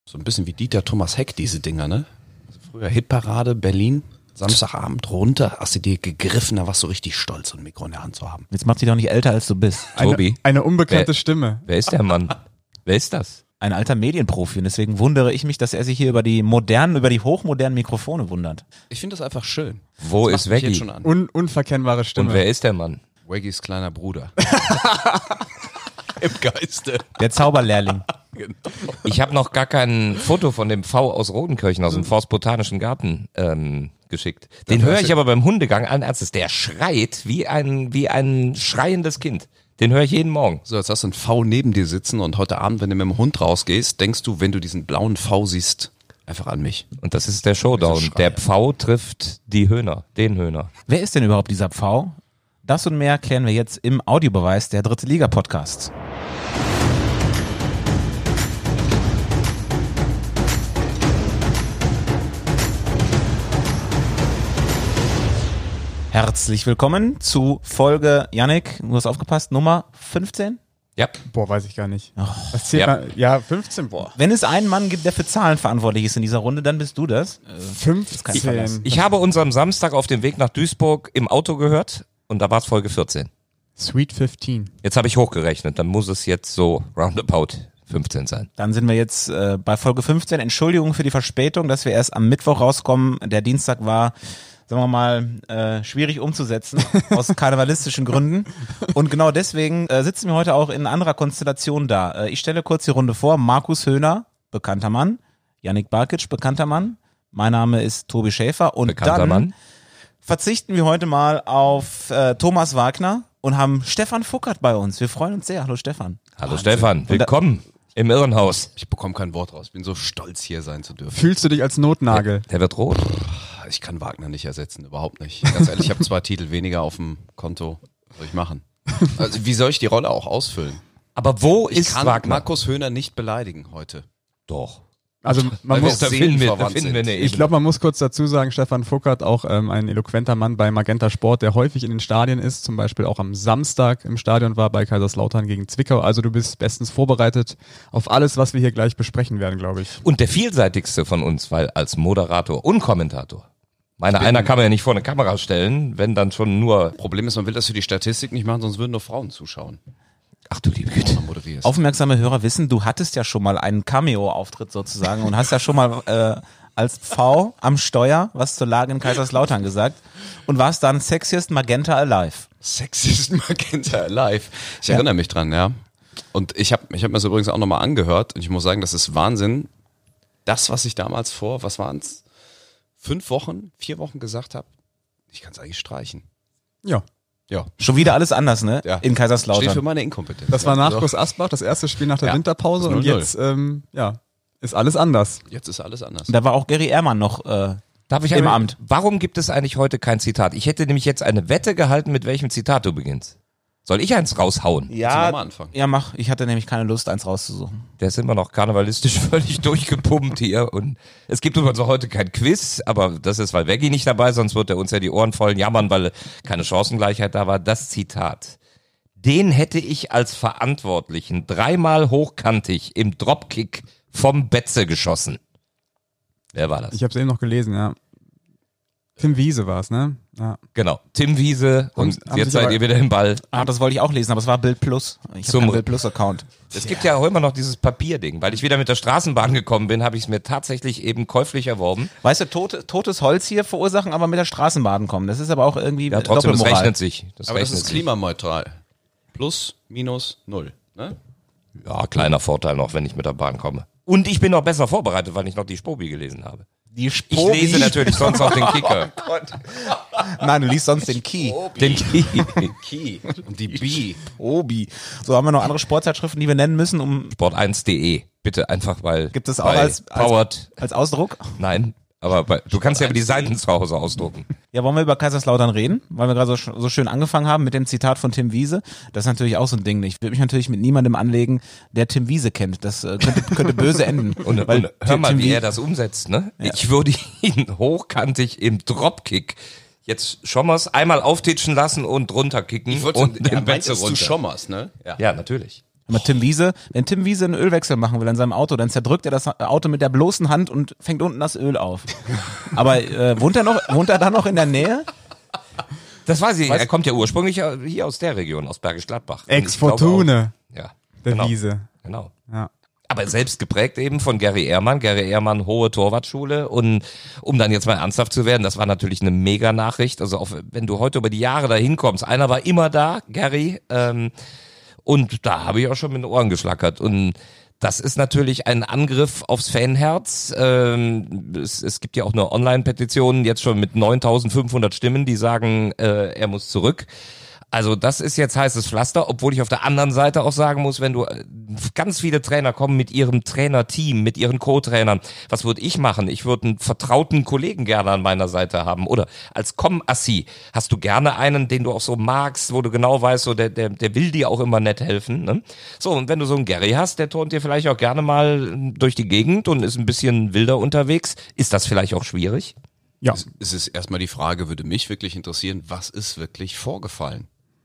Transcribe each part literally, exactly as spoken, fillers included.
So ein bisschen wie Dieter Thomas Heck, diese Dinger, ne? Also früher Hitparade, Berlin, Samstagabend runter, hast du dir gegriffen, da warst du richtig stolz, so ein Mikro in der Hand zu haben. Jetzt macht sie doch nicht älter, als du bist. Tobi. Eine, eine unbekannte wer, Stimme. Wer ist der Mann? Wer ist das? Ein alter Medienprofi und deswegen wundere ich mich, dass er sich hier über die modernen, über die hochmodernen Mikrofone wundert. Ich finde das einfach schön. Wo das ist macht mich Veggie? jetzt schon an. Un, unverkennbare Stimme. Und wer ist der Mann? Waggies kleiner Bruder. Im Geiste. Der Zauberlehrling. Genau. Ich habe noch gar kein Foto von dem V aus Rodenkirchen, aus dem Forstbotanischen Garten ähm, geschickt. Den höre ich aber beim Hundegang allen Ernstes. Der schreit wie ein, wie ein schreiendes Kind. Den höre ich jeden Morgen. So, jetzt hast du einen V neben dir sitzen und heute Abend, wenn du mit dem Hund rausgehst, denkst du, wenn du diesen blauen V siehst, einfach an mich. Und das ist der Showdown. Der Pfau trifft die Höhner, den Höhner. Wer ist denn überhaupt dieser Pfau? Das und mehr klären wir jetzt im Audiobeweis der Dritte Liga Podcasts. Herzlich willkommen zu Folge, Yannick, du hast aufgepasst, Nummer fünfzehn? Ja. Boah, weiß ich gar nicht. Oh, das zählt ja. mal, ja, fünfzehn, boah. Wenn es einen Mann gibt, der für Zahlen verantwortlich ist in dieser Runde, dann bist du das. fünfzehn. Ich habe uns am Samstag auf dem Weg nach Duisburg im Auto gehört und da war es Folge vierzehn. Sweet fifteen. Jetzt habe ich hochgerechnet, dann muss es jetzt so roundabout fünfzehn sein. Dann sind wir jetzt äh, bei Folge fünfzehn. Entschuldigung für die Verspätung, dass wir erst am Mittwoch rauskommen. Der Dienstag war, sagen wir mal, äh, schwierig umzusetzen, aus karnevalistischen Gründen. Und genau deswegen äh, sitzen wir heute auch in anderer Konstellation da. Äh, ich stelle kurz die Runde vor. Markus Höhner, bekannter Mann. Yannick Barkic, bekannter Mann. Mein Name ist Tobi Schäfer. Und Bekannter dann Mann. verzichten wir heute mal auf äh, Thomas Wagner und haben Stefan Fuckert bei uns. Wir freuen uns sehr. Hallo Stefan. Hallo Stefan, willkommen im Irrenhaus. Ich bekomme kein Wort raus. Ich bin so stolz, hier sein zu dürfen. Fühlst du dich als Notnagel? Der wird rot. Ich kann Wagner nicht ersetzen, überhaupt nicht. Ganz ehrlich, ich habe zwei Titel weniger auf dem Konto. Was soll ich machen? Also, wie soll ich die Rolle auch ausfüllen? Aber wo Ich ist kann Wagner? Markus Höhner nicht beleidigen heute. Doch. Also man Weil wir muss, Da Seelen finden wir, da verwandt finden wir eine sind. ich Ebene. glaube, man muss kurz dazu sagen, Stefan Fuckert, auch ähm, ein eloquenter Mann bei Magenta Sport, der häufig in den Stadien ist, zum Beispiel auch am Samstag im Stadion war bei Kaiserslautern gegen Zwickau. Also du bist bestens vorbereitet auf alles, was wir hier gleich besprechen werden, glaube ich. Und der vielseitigste von uns, weil als Moderator und Kommentator. Meine einer kann man ja nicht vor eine Kamera stellen, wenn dann schon nur... Problem ist, man will das für die Statistik nicht machen, sonst würden nur Frauen zuschauen. Ach du liebe Güte. Man moderierst. Aufmerksame Hörer wissen, du hattest ja schon mal einen Cameo-Auftritt sozusagen und hast ja schon mal äh, als V am Steuer was zur Lage in Kaiserslautern gesagt und warst dann Sexiest Magenta Alive. Sexiest Magenta Alive. Ich erinnere mich dran, ja. Und ich habe ich hab mir das übrigens auch nochmal angehört und ich muss sagen, das ist Wahnsinn. Das, was ich damals vor, was waren es, fünf Wochen, vier Wochen gesagt habe, ich kann es eigentlich streichen. Ja. Ja. Schon wieder alles anders, ne? Ja. In Steht für Kaiserslautern. meine Inkompetenz. Das war ja. nach Groß Asbach, das erste Spiel nach der Ja. Winterpause Das und null null. jetzt ähm, ja, ist alles anders. Jetzt ist alles anders. Da war auch Gary Ehrmann noch äh, Darf ich im einmal- Amt. Warum gibt es eigentlich heute kein Zitat? Ich hätte nämlich jetzt eine Wette gehalten, mit welchem Zitat du beginnst. Soll ich eins raushauen? Willst du Ja, noch mal anfangen? ja, mach. Ich hatte nämlich keine Lust, eins rauszusuchen. Der ist immer noch karnevalistisch völlig durchgepumpt hier. Und es gibt übrigens auch heute kein Quiz, aber das ist, weil Veggie nicht dabei, sonst wird er uns ja die Ohren voll jammern, weil keine Chancengleichheit da war. Das Zitat. Den hätte ich als Verantwortlichen dreimal hochkantig im Dropkick vom Betze geschossen. Wer war das? Ich habe es eben noch gelesen, ja. Tim Wiese war es, ne? Ja. Genau. Tim Wiese und Haben- haben jetzt sich seid aber- ihr wieder im Ball. Ah, das wollte ich auch lesen, aber es war Bild Plus. Ich habe Zum- einen Bild Plus Account. Es gibt ja auch immer noch dieses Papierding. Weil ich wieder mit der Straßenbahn gekommen bin, habe ich es mir tatsächlich eben käuflich erworben. Weißt du, tote, totes Holz hier verursachen, aber mit der Straßenbahn kommen. Das ist aber auch irgendwie Ja, trotzdem, das Doppelmoral. rechnet sich. Das Aber das rechnet ist sich. klimaneutral. Plus, minus, null. Ne? Ja, kleiner Vorteil noch, wenn ich mit der Bahn komme. Und ich bin noch besser vorbereitet, weil ich noch die Spobi gelesen habe. Die Ich Spobi. lese natürlich sonst auch den Kicker. Nein, du liest sonst den Key. Den Key. Key. Und die B. Obi. So, haben wir noch andere Sportzeitschriften, die wir nennen müssen, um Sport eins punkt de. Bitte einfach, weil. Gibt es auch bei als- als- Powered. als Ausdruck. Nein. Aber bei, du kannst ja über die Seiten zu Hause ausdrucken. Ja, wollen wir über Kaiserslautern reden, weil wir gerade so, so schön angefangen haben mit dem Zitat von Tim Wiese. Das ist natürlich auch so ein Ding. Ich würde mich natürlich mit niemandem anlegen, der Tim Wiese kennt. Das äh, könnte, könnte böse enden. Und, weil und hör mal, Tim wie Wie- er das umsetzt, ne? Ich würde ihn hochkantig im Dropkick jetzt Schommers einmal auftitschen lassen und runterkicken Ich wollte, und er den meint Betze es zu runter. Schommers, ne? Ja. Ja, natürlich. Immer Tim Wiese, wenn Tim Wiese einen Ölwechsel machen will an seinem Auto, dann zerdrückt er das Auto mit der bloßen Hand und fängt unten das Öl auf. Aber äh, wohnt er noch, wohnt er da noch in der Nähe? Das weiß ich. Weiß- Er kommt ja ursprünglich hier aus der Region, aus Bergisch Gladbach. Und ich Ex-Fortune, glaube auch- Ja, der genau, Wiese. genau. Ja. Aber selbst geprägt eben von Gary Ehrmann. Gary Ehrmann, hohe Torwartschule. Und um dann jetzt mal ernsthaft zu werden, das war natürlich eine Mega-Nachricht. Also auch wenn du heute über die Jahre da hinkommst, einer war immer da, Gary, ähm, und da habe ich auch schon mit den Ohren geschlackert. Und das ist natürlich ein Angriff aufs Fanherz. Ähm, es, es gibt ja auch eine Online-Petition jetzt schon mit neuntausendfünfhundert Stimmen, die sagen, äh, er muss zurück. Also das ist jetzt heißes Pflaster, obwohl ich auf der anderen Seite auch sagen muss, wenn du äh, ganz viele Trainer kommen mit ihrem Trainerteam, mit ihren Co-Trainern, was würde ich machen? Ich würde einen vertrauten Kollegen gerne an meiner Seite haben. Oder als Com-Assi hast du gerne einen, den du auch so magst, wo du genau weißt, so der, der, der will dir auch immer nett helfen. Ne? So, und wenn du so einen Gary hast, der turnt dir vielleicht auch gerne mal durch die Gegend und ist ein bisschen wilder unterwegs, ist das vielleicht auch schwierig? Ja. Es, es ist erstmal die Frage, würde mich wirklich interessieren, was ist wirklich vorgefallen?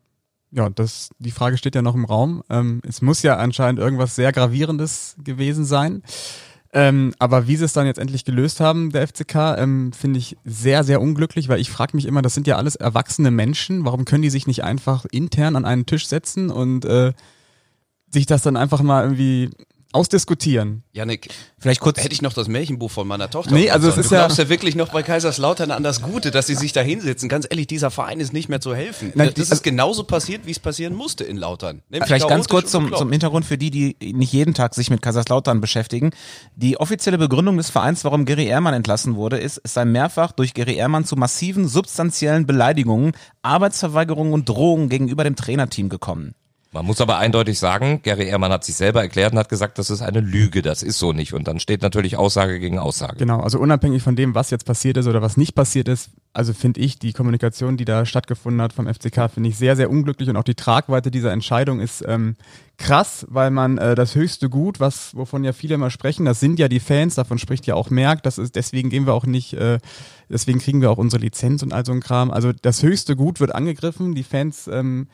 Ja, das, die Frage steht ja noch im Raum. Ähm, es muss ja anscheinend irgendwas sehr Gravierendes gewesen sein. Ähm, aber wie sie es dann jetzt endlich gelöst haben, der F C K, ähm, finde ich sehr, sehr unglücklich, weil ich frage mich immer, das sind ja alles erwachsene Menschen. Warum können die sich nicht einfach intern an einen Tisch setzen und äh, sich das dann einfach mal irgendwie ausdiskutieren? Jannik, Vielleicht kurz. hätte ich noch das Märchenbuch von meiner Tochter. Nee, also es du ist ja- glaubst ja wirklich noch bei Kaiserslautern an das Gute, dass sie sich da hinsetzen. Ganz ehrlich, dieser Verein ist nicht mehr zu helfen. Nein, das die- ist genauso passiert, wie es passieren musste in Lautern. Nämlich Vielleicht ganz chaotisch kurz und zum, bekloppt. zum Hintergrund für die, die nicht jeden Tag sich mit Kaiserslautern beschäftigen. Die offizielle Begründung des Vereins, warum Gary Ehrmann entlassen wurde, ist, es sei mehrfach durch Gary Ehrmann zu massiven substanziellen Beleidigungen, Arbeitsverweigerungen und Drohungen gegenüber dem Trainerteam gekommen. Man muss aber eindeutig sagen, Gary Ehrmann hat sich selber erklärt und hat gesagt, das ist eine Lüge, das ist so nicht. Und dann steht natürlich Aussage gegen Aussage. Genau, also unabhängig von dem, was jetzt passiert ist oder was nicht passiert ist, also finde ich die Kommunikation, die da stattgefunden hat vom F C K, finde ich sehr, sehr unglücklich und auch die Tragweite dieser Entscheidung ist ähm, krass, weil man äh, das höchste Gut, was wovon ja viele immer sprechen, das sind ja die Fans, davon spricht ja auch Merck, das ist, deswegen gehen wir auch nicht, äh, deswegen kriegen wir auch unsere Lizenz und all so ein Kram. Also das höchste Gut wird angegriffen, die Fans ähm,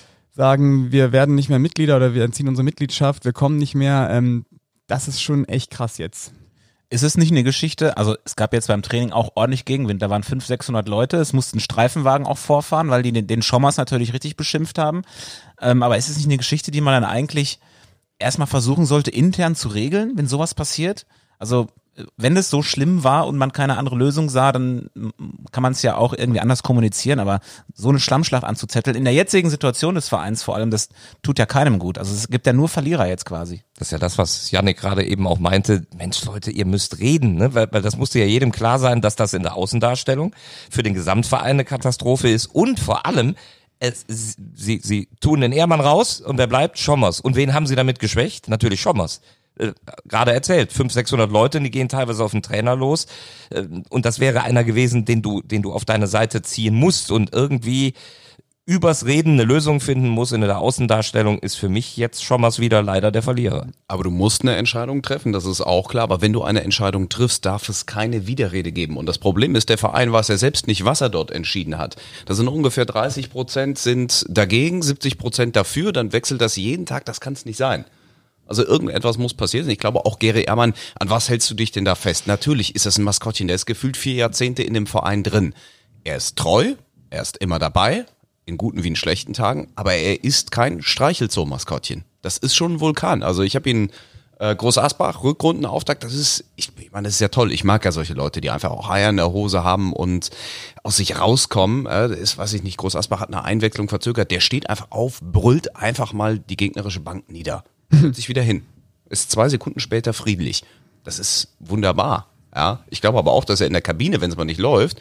sagen, wir werden nicht mehr Mitglieder oder wir entziehen unsere Mitgliedschaft, wir kommen nicht mehr. Ähm, das ist schon echt krass jetzt. Ist es nicht eine Geschichte, also es gab jetzt beim Training auch ordentlich Gegenwind, da waren fünfhundert, sechshundert Leute, es mussten Streifenwagen auch vorfahren, weil die den, den Schommers natürlich richtig beschimpft haben. Ähm, aber ist es nicht eine Geschichte, die man dann eigentlich erstmal versuchen sollte, intern zu regeln, wenn sowas passiert? Also wenn es so schlimm war und man keine andere Lösung sah, dann kann man es ja auch irgendwie anders kommunizieren, aber so eine Schlammschlacht anzuzetteln, in der jetzigen Situation des Vereins vor allem, das tut ja keinem gut. Also es gibt ja nur Verlierer jetzt quasi. Das ist ja das, was Jannik gerade eben auch meinte. Mensch, Leute, ihr müsst reden, ne? weil, weil das musste ja jedem klar sein, dass das in der Außendarstellung für den Gesamtverein eine Katastrophe ist und vor allem, es, sie, sie tun den Ehrmann raus und wer bleibt? Schommers. Und wen haben sie damit geschwächt? Natürlich Schommers. Äh, gerade erzählt, fünfhundert, sechshundert Leute, die gehen teilweise auf den Trainer los äh, und das wäre einer gewesen, den du, den du auf deine Seite ziehen musst und irgendwie übers Reden eine Lösung finden muss in der Außendarstellung, ist für mich jetzt Schommers wieder leider der Verlierer. Aber du musst eine Entscheidung treffen, das ist auch klar. Aber wenn du eine Entscheidung triffst, darf es keine Widerrede geben. Und das Problem ist, der Verein weiß ja selbst nicht, was er dort entschieden hat. Das sind ungefähr dreißig Prozent sind dagegen, siebzig Prozent dafür. Dann wechselt das jeden Tag, das kann es nicht sein. Also irgendetwas muss passieren. Ich glaube auch Gary Ehrmann, an was hältst du dich denn da fest? Natürlich ist das ein Maskottchen, der ist gefühlt vier Jahrzehnte in dem Verein drin. Er ist treu, er ist immer dabei, in guten wie in schlechten Tagen, aber er ist kein Streichelzoo-Maskottchen. Das ist schon ein Vulkan. Also ich habe ihn äh, Groß Asbach, Rückrundenauftakt, das ist, ich, ich meine, das ist ja toll. Ich mag ja solche Leute, die einfach auch Eier in der Hose haben und aus sich rauskommen. Äh, das ist, weiß ich nicht, Groß Asbach hat eine Einwechslung verzögert, der steht einfach auf, brüllt einfach mal die gegnerische Bank nieder. Setzt sich wieder hin. Ist zwei Sekunden später friedlich. Das ist wunderbar. Ja, ich glaube aber auch, dass er in der Kabine, wenn es mal nicht läuft,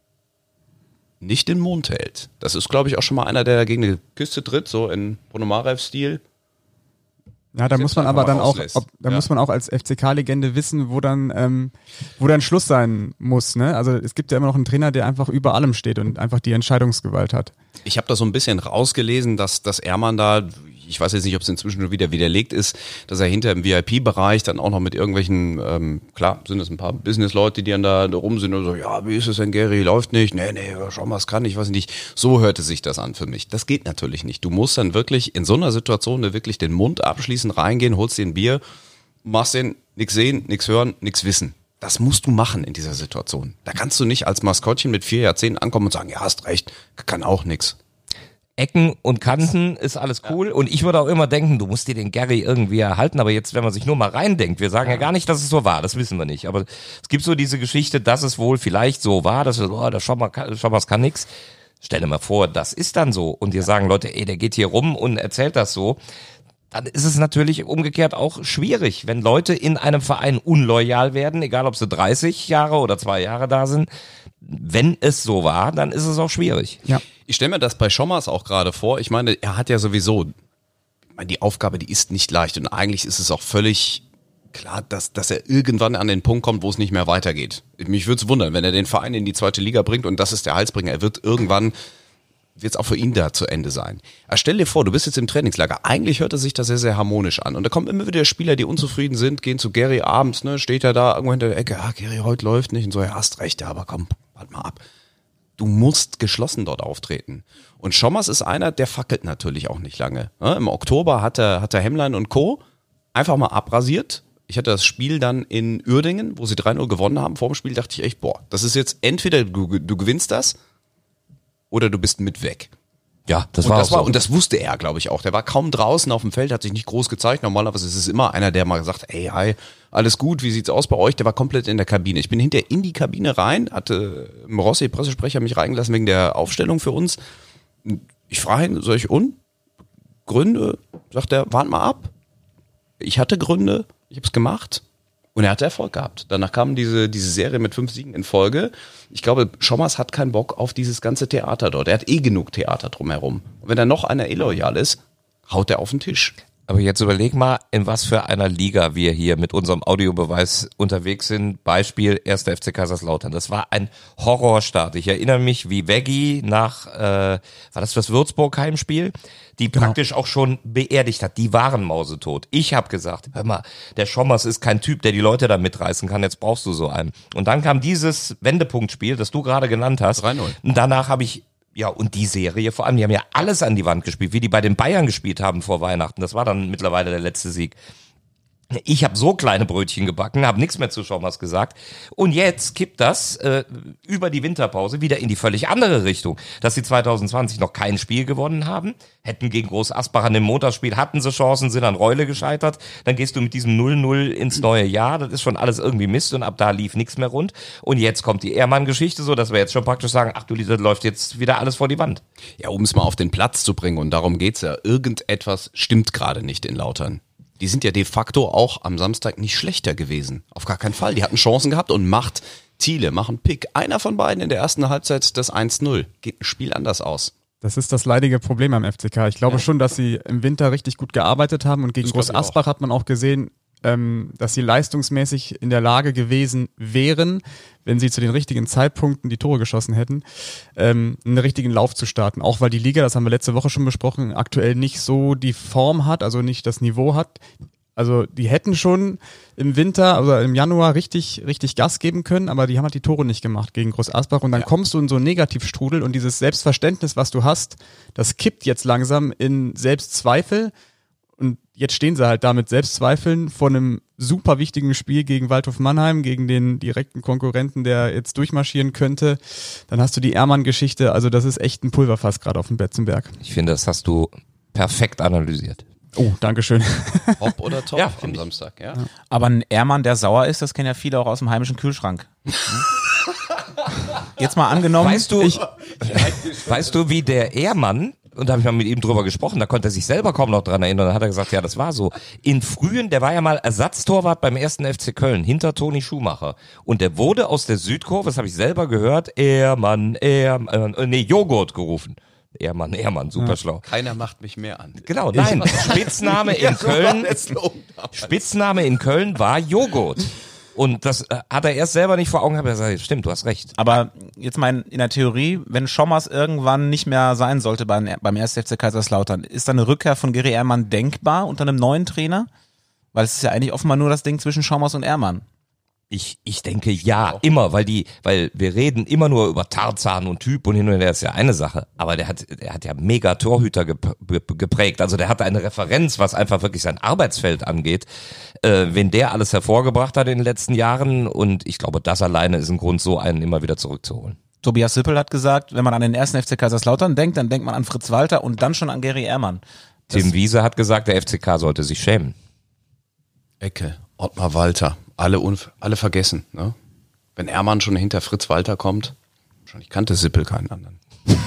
nicht den Mund hält. Das ist, glaube ich, auch schon mal einer, der gegen eine Kiste tritt, so in Ponomarev-Stil. Ja, da Jetzt muss man einfach aber mal dann auch, auslässt. ob, da Ja. muss man auch als F C K-Legende wissen, wo dann, ähm, wo dann Schluss sein muss. Ne? Also es gibt ja immer noch einen Trainer, der einfach über allem steht und einfach die Entscheidungsgewalt hat. Ich habe da so ein bisschen rausgelesen, dass, dass Ehrmann da ich weiß jetzt nicht, ob es inzwischen schon wieder widerlegt ist, dass er hinter im V I P-Bereich dann auch noch mit irgendwelchen, ähm, klar, sind es ein paar Business-Leute, die dann da, da rum sind und so, ja, wie ist es denn, Gary, läuft nicht, nee, nee, schau mal, es kann ich, weiß nicht. So hörte sich das an für mich. Das geht natürlich nicht. Du musst dann wirklich in so einer Situation wirklich den Mund abschließen, reingehen, holst dir ein Bier, machst den, nix sehen, nix hören, nix wissen. Das musst du machen in dieser Situation. Da kannst du nicht als Maskottchen mit vier Jahrzehnten ankommen und sagen, ja, hast recht, kann auch nix. Ecken und Kanten ist alles cool. Ja. Und ich würde auch immer denken, du musst dir den Gary irgendwie erhalten. Aber jetzt, wenn man sich nur mal reindenkt, wir sagen ja, ja gar nicht, dass es so war, das wissen wir nicht. Aber es gibt so diese Geschichte, dass es wohl vielleicht so war, dass wir, oh, der Schommers kann, kann nix. Stell dir mal vor, das ist dann so. Und dir sagen Leute, ey, der geht hier rum und erzählt das so. Dann ist es natürlich umgekehrt auch schwierig, wenn Leute in einem Verein unloyal werden, egal ob sie dreißig Jahre oder zwei Jahre da sind. Wenn es so war, dann ist es auch schwierig. Ja. Ich stelle mir das bei Schommers auch gerade vor. Ich meine, er hat ja sowieso, ich meine, die Aufgabe, die ist nicht leicht und eigentlich ist es auch völlig klar, dass, dass er irgendwann an den Punkt kommt, wo es nicht mehr weitergeht. Mich würde es wundern, wenn er den Verein in die zweite Liga bringt und das ist der Halsbringer. Er wird irgendwann, wird es auch für ihn da zu Ende sein. Aber stell dir vor, du bist jetzt im Trainingslager. Eigentlich hört es sich das sehr, sehr harmonisch an. Und da kommen immer wieder Spieler, die unzufrieden sind, gehen zu Gary abends, ne, steht er da irgendwo hinter der Ecke, ah, Gary, heute läuft nicht und so, ja, hast recht, ja, aber komm, warte mal ab. Du musst geschlossen dort auftreten. Und Schommers ist einer, der fackelt natürlich auch nicht lange. Ne? Im Oktober hat er, hat er Hemmlein und Co. einfach mal abrasiert. Ich hatte das Spiel dann in Uerdingen, wo sie drei null gewonnen haben. Vor dem Spiel dachte ich echt, boah, das ist jetzt entweder du, du gewinnst das oder du bist mit weg. Ja, das und war das auch war so. Und das wusste er, glaube ich, auch. Der war kaum draußen auf dem Feld, hat sich nicht groß gezeigt. Normalerweise ist es immer einer, der mal sagt, ey, hi, alles gut, wie sieht's aus bei euch? Der war komplett in der Kabine. Ich bin hinterher in die Kabine rein, hatte im Rossi, Pressesprecher, mich reingelassen wegen der Aufstellung für uns. Ich frage ihn, soll ich un? Gründe? Sagt er, wart mal ab. Ich hatte Gründe, ich habe es gemacht. Und er hatte Erfolg gehabt. Danach kam diese, diese Serie mit fünf Siegen in Folge. Ich glaube, Schommers hat keinen Bock auf dieses ganze Theater dort. Er hat eh genug Theater drumherum. Und wenn da noch einer illoyal ist, haut er auf den Tisch. Aber jetzt überleg mal, in was für einer Liga wir hier mit unserem Audiobeweis unterwegs sind. Beispiel erster F C Kaiserslautern. Das war ein Horrorstart. Ich erinnere mich, wie Veggie nach, äh, war das das Würzburg-Heimspiel, die Genau. praktisch auch schon beerdigt hat. Die waren mausetot. Ich habe gesagt, hör mal, der Schommers ist kein Typ, der die Leute da mitreißen kann. Jetzt brauchst du so einen. Und dann kam dieses Wendepunktspiel, das du gerade genannt hast. drei null. Und danach habe ich Ja, und die Serie vor allem, die haben ja alles an die Wand gespielt, wie die bei den Bayern gespielt haben vor Weihnachten. Das war dann mittlerweile der letzte Sieg. Ich habe so kleine Brötchen gebacken, habe nichts mehr zu Schommers gesagt. Und jetzt kippt das äh, über die Winterpause wieder in die völlig andere Richtung. Dass sie zwanzig zwanzig noch kein Spiel gewonnen haben, hätten gegen Groß Asbach an dem Montagsspiel, hatten sie Chancen, sind an Reule gescheitert. Dann gehst du mit diesem null null ins neue Jahr. Das ist schon alles irgendwie Mist und ab da lief nichts mehr rund. Und jetzt kommt die Ehrmann-Geschichte, so dass wir jetzt schon praktisch sagen, ach du, das läuft jetzt wieder alles vor die Wand. Ja, um es mal auf den Platz zu bringen, und darum geht's ja, irgendetwas stimmt gerade nicht in Lautern. Die sind ja de facto auch am Samstag nicht schlechter gewesen. Auf gar keinen Fall. Die hatten Chancen gehabt und macht Thiele, machen Pick. Einer von beiden in der ersten Halbzeit das eins null. Geht ein Spiel anders aus. Das ist das leidige Problem am F C K. Ich glaube ja. schon, dass sie im Winter richtig gut gearbeitet haben und gegen Das Groß glaub ich Asbach auch. hat man auch gesehen, ähm, dass sie leistungsmäßig in der Lage gewesen wären, wenn sie zu den richtigen Zeitpunkten die Tore geschossen hätten, ähm, einen richtigen Lauf zu starten. Auch weil die Liga, das haben wir letzte Woche schon besprochen, aktuell nicht so die Form hat, also nicht das Niveau hat. Also die hätten schon im Winter, also im Januar richtig, richtig Gas geben können, aber die haben halt die Tore nicht gemacht gegen Groß Asbach und dann Ja. kommst du in so einen Negativstrudel und dieses Selbstverständnis, was du hast, das kippt jetzt langsam in Selbstzweifel und jetzt stehen sie halt da mit Selbstzweifeln vor einem super wichtigen Spiel gegen Waldhof Mannheim, gegen den direkten Konkurrenten, der jetzt durchmarschieren könnte. Dann hast du die Ehrmann-Geschichte, also das ist echt ein Pulverfass gerade auf dem Betzenberg. Ich finde, das hast du perfekt analysiert. Oh, Dankeschön. Hopp oder Top Ja, am find ich. Samstag, ja? Aber ein Ehrmann, der sauer ist, das kennen ja viele auch aus dem heimischen Kühlschrank. Hm? Jetzt mal angenommen. Weißt du, weißt du, wie der Ehrmann, und da habe ich mal mit ihm drüber gesprochen, da konnte er sich selber kaum noch dran erinnern, dann hat er gesagt, ja, das war so. In frühen, der war ja mal Ersatztorwart beim ersten F C Köln, hinter Toni Schumacher. Und der wurde aus der Südkurve, das habe ich selber gehört, Ehrmann, Ehrmann, äh, nee, Joghurt gerufen. Ehrmann, Ehrmann, super schlau. Keiner macht mich mehr an. Genau, nein, Spitzname in Köln, Der Slogan. Spitzname in Köln war Joghurt. Und das äh, hat er erst selber nicht vor Augen, aber er sagt, stimmt, du hast recht. Aber jetzt mal in der Theorie, wenn Schommers irgendwann nicht mehr sein sollte beim, beim ersten F C Kaiserslautern, ist da eine Rückkehr von Gary Ehrmann denkbar unter einem neuen Trainer? Weil es ist ja eigentlich offenbar nur das Ding zwischen Schommers und Ehrmann. Ich, ich denke ja, immer, weil die, weil wir reden immer nur über Tarzan und Typ und hin und her ist ja eine Sache, aber der hat, der hat ja mega Torhüter geprägt, also der hat eine Referenz, was einfach wirklich sein Arbeitsfeld angeht, äh, wenn der alles hervorgebracht hat in den letzten Jahren und ich glaube, das alleine ist ein Grund, so einen immer wieder zurückzuholen. Tobias Sippel hat gesagt, wenn man an den ersten F C Kaiserslautern denkt, dann denkt man an Fritz Walter und dann schon an Gary Ehrmann. Das Tim Wiese hat gesagt, der F C K sollte sich schämen. Ecke, Ottmar Walter. Alle, unf- alle vergessen, ne? Wenn Ehrmann schon hinter Fritz Walter kommt, wahrscheinlich kannte Sippel keinen anderen.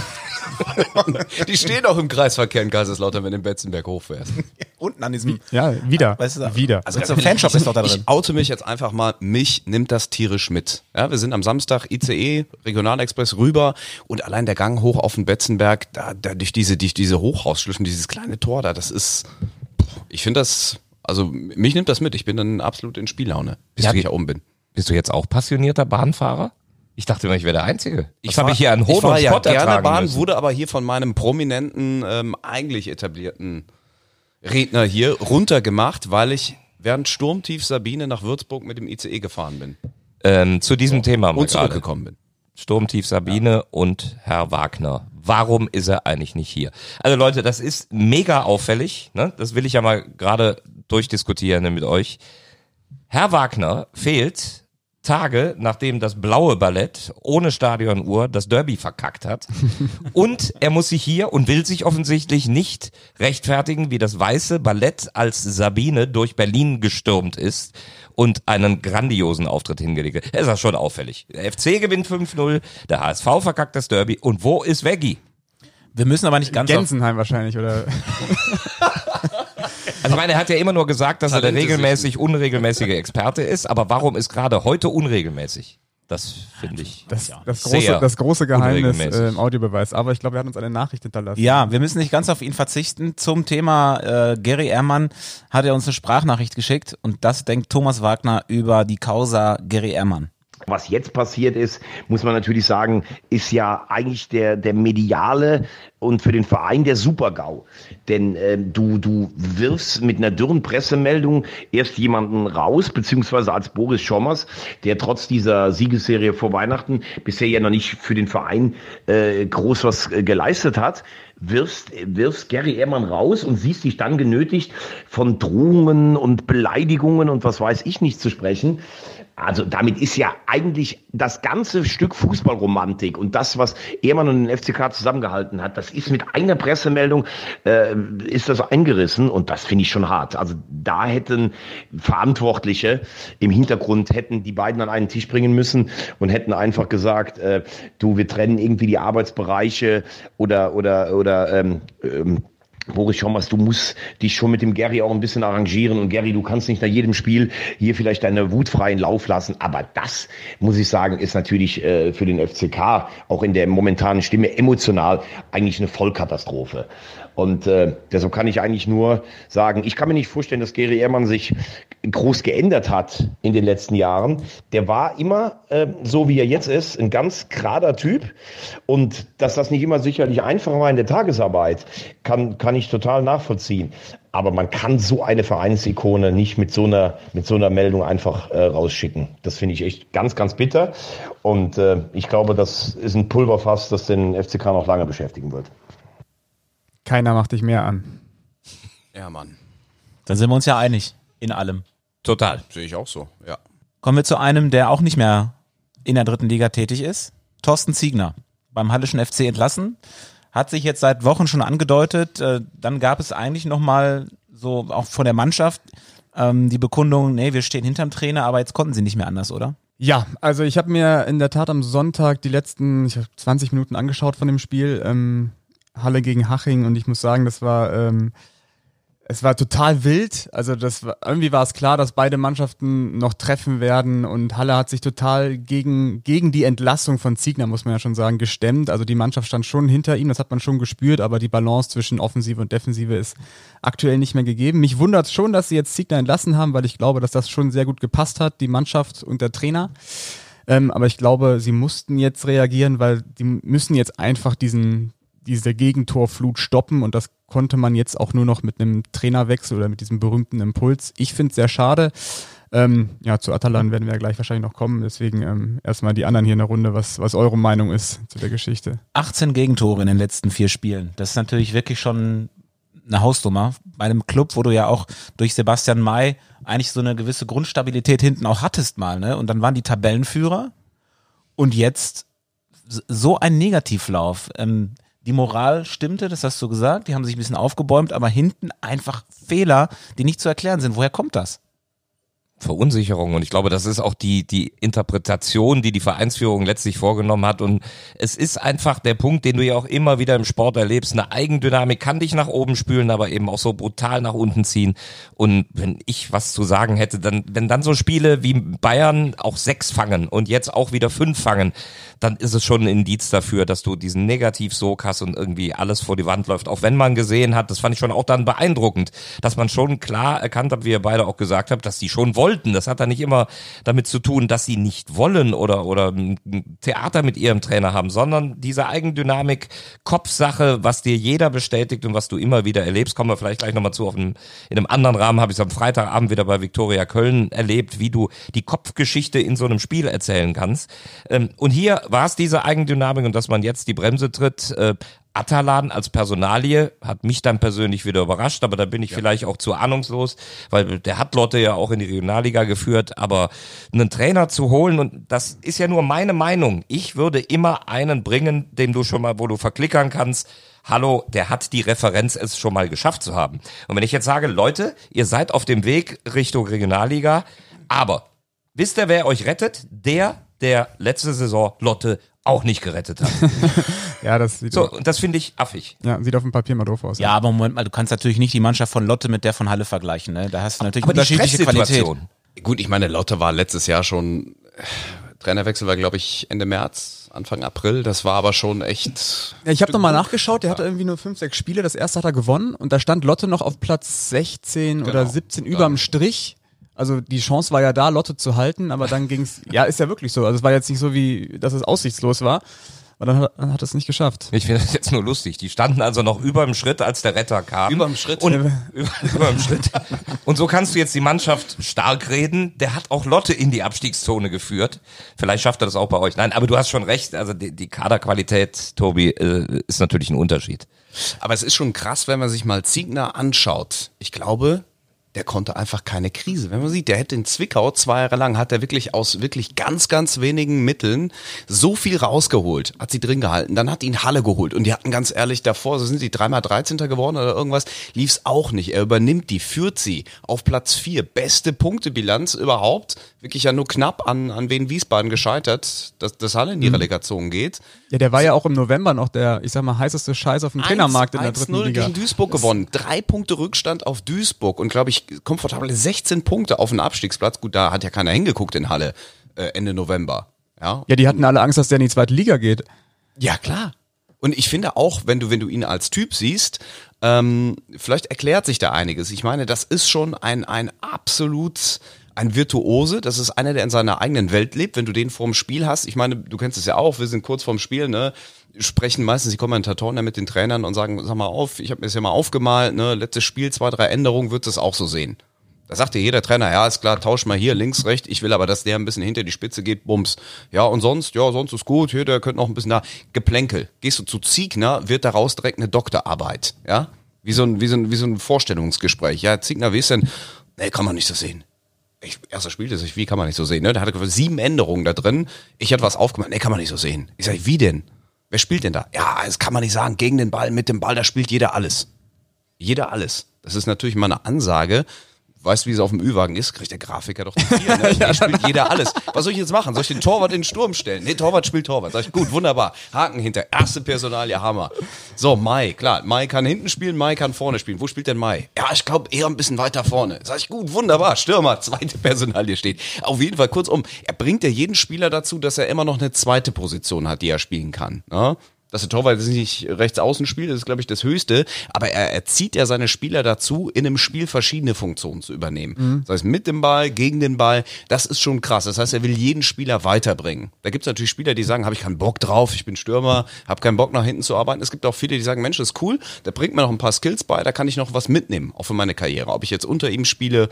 Die stehen auch im Kreisverkehr in Kaiserslautern, wenn du in Betzenberg hochfährst. unten an diesem, Ja, wieder. weißt du, wieder. Also so ein Fanshop ist doch da drin. Ich oute mich jetzt einfach mal, mich nimmt das tierisch mit. Ja, wir sind am Samstag I C E, Regionalexpress rüber und allein der Gang hoch auf den Betzenberg, da, da durch diese, durch diese Hochhausschlüssen, dieses kleine Tor da, das ist, ich finde das, also mich nimmt das mit. Ich bin dann absolut in Spiellaune, bis Ja, ich da oben bin. Bist du jetzt auch passionierter Bahnfahrer? Ich dachte immer, ich wäre der Einzige. Ich habe fahr- ich hier an ich Hohn fahr und ja Spott gerne ertragen Bahn, müssen. wurde aber hier von meinem prominenten, ähm, eigentlich etablierten Redner hier runtergemacht, weil ich während Sturmtief Sabine nach Würzburg mit dem I C E gefahren bin Ähm, zu diesem Thema mal und gerade. zurückgekommen bin. Sturmtief Sabine und Herr Wagner. Warum ist er eigentlich nicht hier? Also Leute, das ist mega auffällig. Ne? Das will ich ja mal gerade durchdiskutieren mit euch. Herr Wagner fehlt Tage, nachdem das blaue Ballett ohne Stadionuhr das Derby verkackt hat. Und er muss sich hier und will sich offensichtlich nicht rechtfertigen, wie das weiße Ballett als Sabine durch Berlin gestürmt ist und einen grandiosen Auftritt hingelegt hat. Das ist ja schon auffällig. Der F C gewinnt fünf null, der H S V verkackt das Derby. Und wo ist Veggie? Wir müssen aber nicht ganz auf, Gensenheim wahrscheinlich, oder? Also ich meine, er hat ja immer nur gesagt, dass er der Talente regelmäßig unregelmäßige Experte ist, aber warum ist gerade heute unregelmäßig? Das finde ich Das, das, sehr große, das große Geheimnis unregelmäßig. äh, im Audiobeweis. Aber ich glaube, er hat uns eine Nachricht hinterlassen. Ja, wir müssen nicht ganz auf ihn verzichten. Zum Thema äh, Gary Ehrmann hat er uns eine Sprachnachricht geschickt und das denkt Thomas Wagner über die Causa Gary Ehrmann. Was jetzt passiert ist, muss man natürlich sagen, ist ja eigentlich der, der mediale und für den Verein der Super-GAU. Denn äh, du, du wirfst mit einer dürren Pressemeldung erst jemanden raus, beziehungsweise als Boris Schommers, der trotz dieser Siegesserie vor Weihnachten bisher ja noch nicht für den Verein äh, groß was äh, geleistet hat, wirfst, wirfst Gary Ehrmann raus und siehst dich dann genötigt, von Drohungen und Beleidigungen und was weiß ich nicht zu sprechen. Also damit ist ja eigentlich das ganze Stück Fußballromantik und das, was Ehrmann und den F C K zusammengehalten hat, das ist mit einer Pressemeldung, äh, ist das eingerissen und das finde ich schon hart. Also da hätten Verantwortliche im Hintergrund, hätten die beiden an einen Tisch bringen müssen und hätten einfach gesagt, äh, du, wir trennen irgendwie die Arbeitsbereiche oder, oder, oder, ähm, ähm, Boris Schommers, du musst dich schon mit dem Gary auch ein bisschen arrangieren und Gary, du kannst nicht nach jedem Spiel hier vielleicht deine Wut freien Lauf lassen, aber das, muss ich sagen, ist natürlich äh, für den F C K auch in der momentanen Stimme emotional eigentlich eine Vollkatastrophe. Und äh, deshalb kann ich eigentlich nur sagen, ich kann mir nicht vorstellen, dass Gary Ehrmann sich groß geändert hat in den letzten Jahren. Der war immer, äh, so wie er jetzt ist, ein ganz gerader Typ. Und dass das nicht immer sicherlich einfach war in der Tagesarbeit, kann, kann ich total nachvollziehen. Aber man kann so eine Vereinsikone nicht mit so einer, mit so einer Meldung einfach äh, rausschicken. Das finde ich echt ganz, ganz bitter. Und äh, ich glaube, das ist ein Pulverfass, das den F C K noch lange beschäftigen wird. Keiner macht dich mehr an. Ja, Mann. Dann sind wir uns ja einig in allem. Total. Sehe ich auch so, ja. Kommen wir zu einem, der auch nicht mehr in der dritten Liga tätig ist. Thorsten Ziegner, beim Hallischen F C entlassen, hat sich jetzt seit Wochen schon angedeutet. Äh, dann gab es eigentlich nochmal so auch von der Mannschaft ähm, die Bekundung, nee, wir stehen hinterm Trainer, aber jetzt konnten sie nicht mehr anders, oder? Ja, also ich habe mir in der Tat am Sonntag die letzten ich hab zwanzig Minuten angeschaut von dem Spiel. Ähm, Halle gegen Haching und ich muss sagen, das war ähm, Es war total wild, also das war, irgendwie war es klar, dass beide Mannschaften noch treffen werden und Halle hat sich total gegen, gegen die Entlassung von Ziegner, muss man ja schon sagen, gestemmt. Also die Mannschaft stand schon hinter ihm, das hat man schon gespürt, aber die Balance zwischen Offensive und Defensive ist aktuell nicht mehr gegeben. Mich wundert es schon, dass sie jetzt Ziegner entlassen haben, weil ich glaube, dass das schon sehr gut gepasst hat, die Mannschaft und der Trainer. Ähm, aber ich glaube, sie mussten jetzt reagieren, weil die müssen jetzt einfach diesen diese Gegentorflut stoppen und das konnte man jetzt auch nur noch mit einem Trainerwechsel oder mit diesem berühmten Impuls. Ich finde es sehr schade. Ähm, ja, zu Atalan werden wir ja gleich wahrscheinlich noch kommen, deswegen ähm, erstmal die anderen hier in der Runde, was, was eure Meinung ist zu der Geschichte. achtzehn Gegentore in den letzten vier Spielen. Das ist natürlich wirklich schon eine Hausnummer. Bei einem Club, wo du ja auch durch Sebastian May eigentlich so eine gewisse Grundstabilität hinten auch hattest mal, ne? Und dann waren die Tabellenführer und jetzt so ein Negativlauf. Ähm, Die Moral stimmte, das hast du gesagt, die haben sich ein bisschen aufgebäumt, aber hinten einfach Fehler, die nicht zu erklären sind. Woher kommt das? Verunsicherung und ich glaube, das ist auch die die Interpretation, die die Vereinsführung letztlich vorgenommen hat und es ist einfach der Punkt, den du ja auch immer wieder im Sport erlebst, eine Eigendynamik kann dich nach oben spülen, aber eben auch so brutal nach unten ziehen und wenn ich was zu sagen hätte, dann wenn dann so Spiele wie Bayern auch sechs fangen und jetzt auch wieder fünf fangen, dann ist es schon ein Indiz dafür, dass du diesen Negativsog hast und irgendwie alles vor die Wand läuft, auch wenn man gesehen hat, das fand ich schon auch dann beeindruckend, dass man schon klar erkannt hat, wie ihr beide auch gesagt habt, dass die schon wollen. Das hat dann nicht immer damit zu tun, dass sie nicht wollen oder oder ein Theater mit ihrem Trainer haben, sondern diese Eigendynamik, Kopfsache, was dir jeder bestätigt und was du immer wieder erlebst. Kommen wir vielleicht gleich nochmal zu. Auf einem, in einem anderen Rahmen habe ich es am Freitagabend wieder bei Viktoria Köln erlebt, wie du die Kopfgeschichte in so einem Spiel erzählen kannst. Und hier war es diese Eigendynamik und dass man jetzt die Bremse tritt. Atalan als Personalie hat mich dann persönlich wieder überrascht, aber da bin ich ja. vielleicht auch zu ahnungslos, weil der hat Lotte ja auch in die Regionalliga geführt, aber einen Trainer zu holen und das ist ja nur meine Meinung, ich würde immer einen bringen, den du schon mal, wo du verklickern kannst, hallo, der hat die Referenz, es schon mal geschafft zu haben. Und wenn ich jetzt sage, Leute, ihr seid auf dem Weg Richtung Regionalliga, aber wisst ihr, wer euch rettet? Der, der letzte Saison Lotte auch nicht gerettet hat. Ja, das sieht so, und das finde ich affig. Ja, sieht auf dem Papier mal doof aus. Ja, ja, aber Moment mal, du kannst natürlich nicht die Mannschaft von Lotte mit der von Halle vergleichen, ne? Da hast du natürlich aber unterschiedliche Qualität. Gut, ich meine, Lotte war letztes Jahr schon, Trainerwechsel war glaube ich Ende März, Anfang April, das war aber schon echt... Ja, ich habe nochmal nachgeschaut, der hatte irgendwie nur fünf, sechs Spiele, das erste hat er gewonnen und da stand Lotte noch auf Platz sechzehn genau. oder siebzehn überm Strich. Also die Chance war ja da, Lotte zu halten, aber dann ging's, ja, ist ja wirklich so. Also es war jetzt nicht so, wie, dass es aussichtslos war. Aber dann hat, dann hat es nicht geschafft. Ich finde das jetzt nur lustig. Die standen also noch über dem Schritt, als der Retter kam. Über dem Schritt? Und, über, über dem Schritt. Und so kannst du jetzt die Mannschaft stark reden. Der hat auch Lotte in die Abstiegszone geführt. Vielleicht schafft er das auch bei euch. Nein, aber du hast schon recht. Also die, die Kaderqualität, Tobi, äh, ist natürlich ein Unterschied. Aber es ist schon krass, wenn man sich mal Ziegner anschaut. Ich glaube... Der konnte einfach keine Krise. Wenn man sieht, der hätte in Zwickau zwei Jahre lang, hat er wirklich aus wirklich ganz, ganz wenigen Mitteln so viel rausgeholt, hat sie drin gehalten. Dann hat ihn Halle geholt und die hatten ganz ehrlich davor, so sind sie dreimal dreizehnter geworden oder irgendwas, lief's auch nicht. Er übernimmt die, führt sie auf Platz vier. Beste Punktebilanz überhaupt. Wirklich ja nur knapp an, an Wien Wiesbaden gescheitert, dass, dass Halle in die Relegation geht. Ja, der war ja auch im November noch der, ich sag mal, heißeste Scheiß auf dem Trainermarkt in der dritten Liga. eins null gegen Duisburg gewonnen. Drei Punkte Rückstand auf Duisburg und glaube ich, komfortable sechzehn Punkte auf den Abstiegsplatz. Gut, da hat ja keiner hingeguckt in Halle äh, Ende November. Ja? Ja, die hatten alle Angst, dass der in die zweite Liga geht. Ja, klar. Und ich finde auch, wenn du, wenn du ihn als Typ siehst, ähm, vielleicht erklärt sich da einiges. Ich meine, das ist schon ein, ein absolut, ein Virtuose. Das ist einer, der in seiner eigenen Welt lebt. Wenn du den vorm Spiel hast, ich meine, du kennst es ja auch, wir sind kurz vorm Spiel, ne? Sprechen meistens die Kommentatoren ja mit den Trainern und sagen, sag mal auf, ich habe mir das ja mal aufgemalt, ne? Letztes Spiel, zwei, drei Änderungen, wird es auch so sehen. Da sagt dir jeder Trainer, ja, ist klar, tausch mal hier links, rechts, ich will aber, dass der ein bisschen hinter die Spitze geht, bums. Ja, und sonst, ja, sonst ist gut, hier, der könnte noch ein bisschen da. Geplänkel. Gehst du zu Ziegner, wird daraus direkt eine Doktorarbeit, ja? Wie so ein, wie so ein, wie so ein Vorstellungsgespräch. Ja, Ziegner, wie ist denn? Nee, kann man nicht so sehen. Ich, erster Spiel, das ich, wie kann man nicht so sehen, ne? Da hatte ich sieben Änderungen da drin. Ich hatte was aufgemacht, nee, kann man nicht so sehen. Ich sag, wie denn? Wer spielt denn da? Ja, das kann man nicht sagen, gegen den Ball, mit dem Ball, da spielt jeder alles. Jeder alles. Das ist natürlich mal eine Ansage weißt du, wie es auf dem Ü-Wagen ist, kriegt der Grafiker doch die vier. Ne? Ja, spielt jeder alles. Was soll ich jetzt machen? Soll ich den Torwart in den Sturm stellen? Nee, Torwart spielt Torwart. Sag ich, gut, wunderbar. Haken hinter. Erste Personalie, Hammer. So, Mai, klar. Mai kann hinten spielen, Mai kann vorne spielen. Wo spielt denn Mai? Ja, ich glaube eher ein bisschen weiter vorne. Sag ich, gut, wunderbar. Stürmer, zweite Personalie steht. Auf jeden Fall, kurzum, er bringt ja jeden Spieler dazu, dass er immer noch eine zweite Position hat, die er spielen kann. Ne? Dass der Torwart nicht rechts außen spielt, das ist, glaube ich, das Höchste. Aber er erzieht ja seine Spieler dazu, in einem Spiel verschiedene Funktionen zu übernehmen. Mhm. Das heißt, mit dem Ball, gegen den Ball, das ist schon krass. Das heißt, er will jeden Spieler weiterbringen. Da gibt es natürlich Spieler, die sagen, habe ich keinen Bock drauf, ich bin Stürmer, habe keinen Bock nach hinten zu arbeiten. Es gibt auch viele, die sagen, Mensch, das ist cool, der bringt mir noch ein paar Skills bei, da kann ich noch was mitnehmen, auch für meine Karriere. Ob ich jetzt unter ihm spiele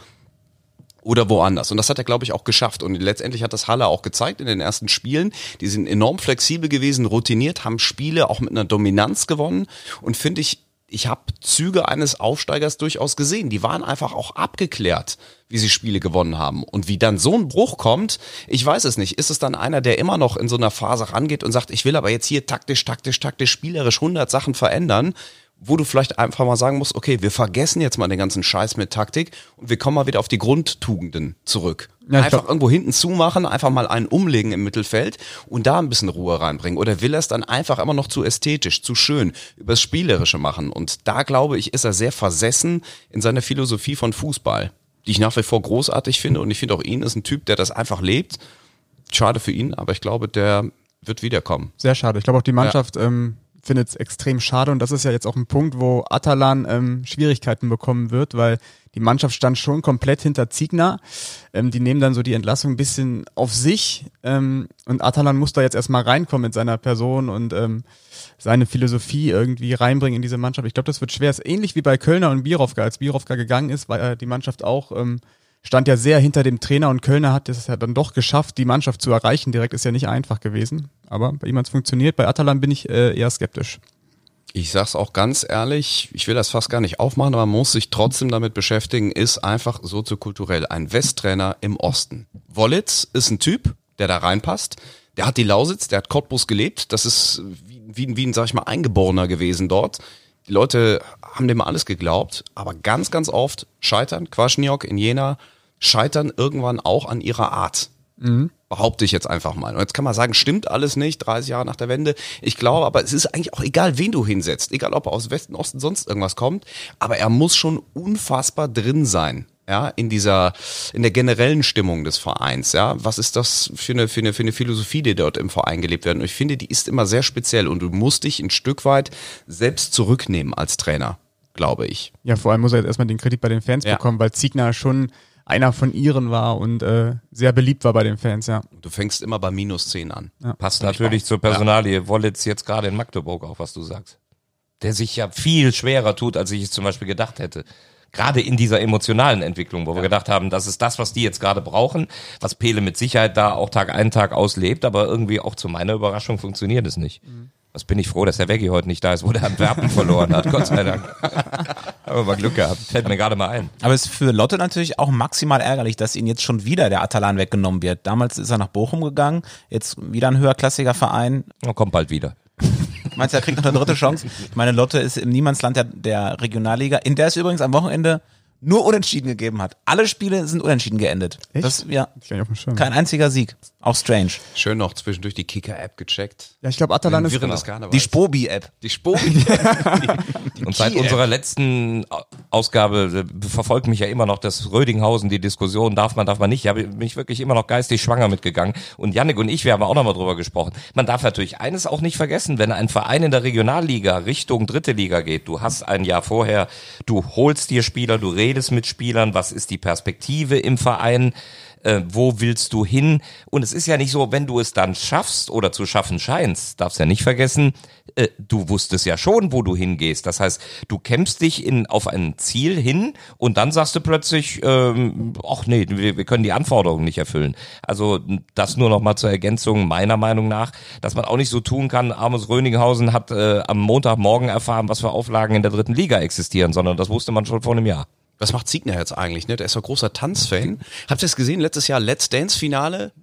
oder woanders. Und das hat er, glaube ich, auch geschafft. Und letztendlich hat das Halle auch gezeigt in den ersten Spielen. Die sind enorm flexibel gewesen, routiniert, haben Spiele auch mit einer Dominanz gewonnen. Und finde ich, ich habe Züge eines Aufsteigers durchaus gesehen. Die waren einfach auch abgeklärt, wie sie Spiele gewonnen haben. Und wie dann so ein Bruch kommt, ich weiß es nicht. Ist es dann einer, der immer noch in so einer Phase rangeht und sagt, ich will aber jetzt hier taktisch, taktisch, taktisch, spielerisch hundert Sachen verändern, wo du vielleicht einfach mal sagen musst, okay, wir vergessen jetzt mal den ganzen Scheiß mit Taktik und wir kommen mal wieder auf die Grundtugenden zurück. Ja, einfach glaub, irgendwo hinten zumachen, einfach mal einen umlegen im Mittelfeld und da ein bisschen Ruhe reinbringen. Oder will er es dann einfach immer noch zu ästhetisch, zu schön, übers Spielerische machen? Und da, glaube ich, ist er sehr versessen in seiner Philosophie von Fußball, die ich nach wie vor großartig finde. Und ich finde auch ihn ist ein Typ, der das einfach lebt. Schade für ihn, aber ich glaube, der wird wiederkommen. Sehr schade. Ich glaube auch die Mannschaft... Ja. Ähm finde es extrem schade und das ist ja jetzt auch ein Punkt, wo Atalan ähm, Schwierigkeiten bekommen wird, weil die Mannschaft stand schon komplett hinter Ziegner. Ähm, die nehmen dann so die Entlassung ein bisschen auf sich ähm, und Atalan muss da jetzt erstmal reinkommen mit seiner Person und ähm, seine Philosophie irgendwie reinbringen in diese Mannschaft. Ich glaube, das wird schwer. Es ist ähnlich wie bei Kölner und Bierovka. Als Bierovka gegangen ist, war die Mannschaft auch... Ähm, stand ja sehr hinter dem Trainer und Kölner hat es ja dann doch geschafft, die Mannschaft zu erreichen. Direkt ist ja nicht einfach gewesen, aber bei ihm hat es funktioniert. Bei Atalan bin ich äh, eher skeptisch. Ich sag's auch ganz ehrlich, ich will das fast gar nicht aufmachen, aber man muss sich trotzdem damit beschäftigen, ist einfach soziokulturell ein Westtrainer im Osten. Wollitz ist ein Typ, der da reinpasst. Der hat die Lausitz, der hat Cottbus gelebt. Das ist wie, wie, wie ein, sag ich mal, Eingeborener gewesen dort. Die Leute haben dem alles geglaubt, aber ganz, ganz oft scheitern Kwasniok in Jena, scheitern irgendwann auch an ihrer Art. Mhm. Behaupte ich jetzt einfach mal. Und jetzt kann man sagen, stimmt alles nicht, dreißig Jahre nach der Wende. Ich glaube, aber es ist eigentlich auch egal, wen du hinsetzt. Egal, ob er aus Westen, Osten, sonst irgendwas kommt. Aber er muss schon unfassbar drin sein. Ja, in dieser, in der generellen Stimmung des Vereins, ja. Was ist das für eine, für eine, für eine Philosophie, die dort im Verein gelebt wird? Und ich finde, die ist immer sehr speziell und du musst dich ein Stück weit selbst zurücknehmen als Trainer, glaube ich. Ja, vor allem muss er jetzt erstmal den Kredit bei den Fans ja. bekommen, weil Ziegner schon einer von ihren war und äh, sehr beliebt war bei den Fans, ja. Du fängst immer bei minus zehn an. Ja. Passt natürlich zur Personalie. Ja. Wollitz jetzt gerade in Magdeburg auch, was du sagst. Der sich ja viel schwerer tut, als ich es zum Beispiel gedacht hätte. Gerade in dieser emotionalen Entwicklung, wo ja. wir gedacht haben, das ist das, was die jetzt gerade brauchen, was Pele mit Sicherheit da auch Tag ein, Tag auslebt, aber irgendwie auch zu meiner Überraschung funktioniert es nicht. Mhm. Was bin ich froh, dass der Veggie heute nicht da ist, wo der Antwerpen verloren hat, Gott sei Dank. Haben wir mal Glück gehabt, fällt mir gerade mal ein. Aber es ist für Lotte natürlich auch maximal ärgerlich, dass ihn jetzt schon wieder der Atalan weggenommen wird. Damals ist er nach Bochum gegangen, jetzt wieder ein höherklassiger Verein. Er kommt bald wieder. Meinst du, er kriegt noch eine dritte Chance? Ich meine, Lotte ist im Niemandsland der, der Regionalliga, in der es übrigens am Wochenende nur Unentschieden gegeben hat. Alle Spiele sind unentschieden geendet. Echt? Das, ja, kein einziger Sieg. Auch strange. Schön noch zwischendurch die Kicker-App gecheckt. Ja, ich glaube, Atalan ist genau. Die Spobi-App. Die Spobi. die, die Und seit unserer letzten Ausgabe verfolgt mich ja immer noch das Rödinghausen, die Diskussion, darf man, darf man nicht. Ich habe mich wirklich immer noch geistig schwanger mitgegangen. Und Yannick und ich, wir haben auch noch mal drüber gesprochen. Man darf natürlich eines auch nicht vergessen, wenn ein Verein in der Regionalliga Richtung dritte Liga geht, du hast ein Jahr vorher, du holst dir Spieler, du redest mit Spielern, was ist die Perspektive im Verein, äh, wo willst du hin? Und es ist ja nicht so, wenn du es dann schaffst oder zu schaffen scheinst, darfst ja nicht vergessen, äh, du wusstest ja schon, wo du hingehst. Das heißt, du kämpfst dich in, auf ein Ziel hin und dann sagst du plötzlich, ähm, ach nee, wir, wir können die Anforderungen nicht erfüllen. Also das nur noch mal zur Ergänzung meiner Meinung nach, dass man auch nicht so tun kann, armes Rödinghausen hat äh, am Montagmorgen erfahren, was für Auflagen in der dritten Liga existieren, sondern das wusste man schon vor einem Jahr. Was macht Ziegner jetzt eigentlich, ne? Der ist doch großer Tanzfan. Habt ihr es gesehen? Letztes Jahr Let's Dance Finale.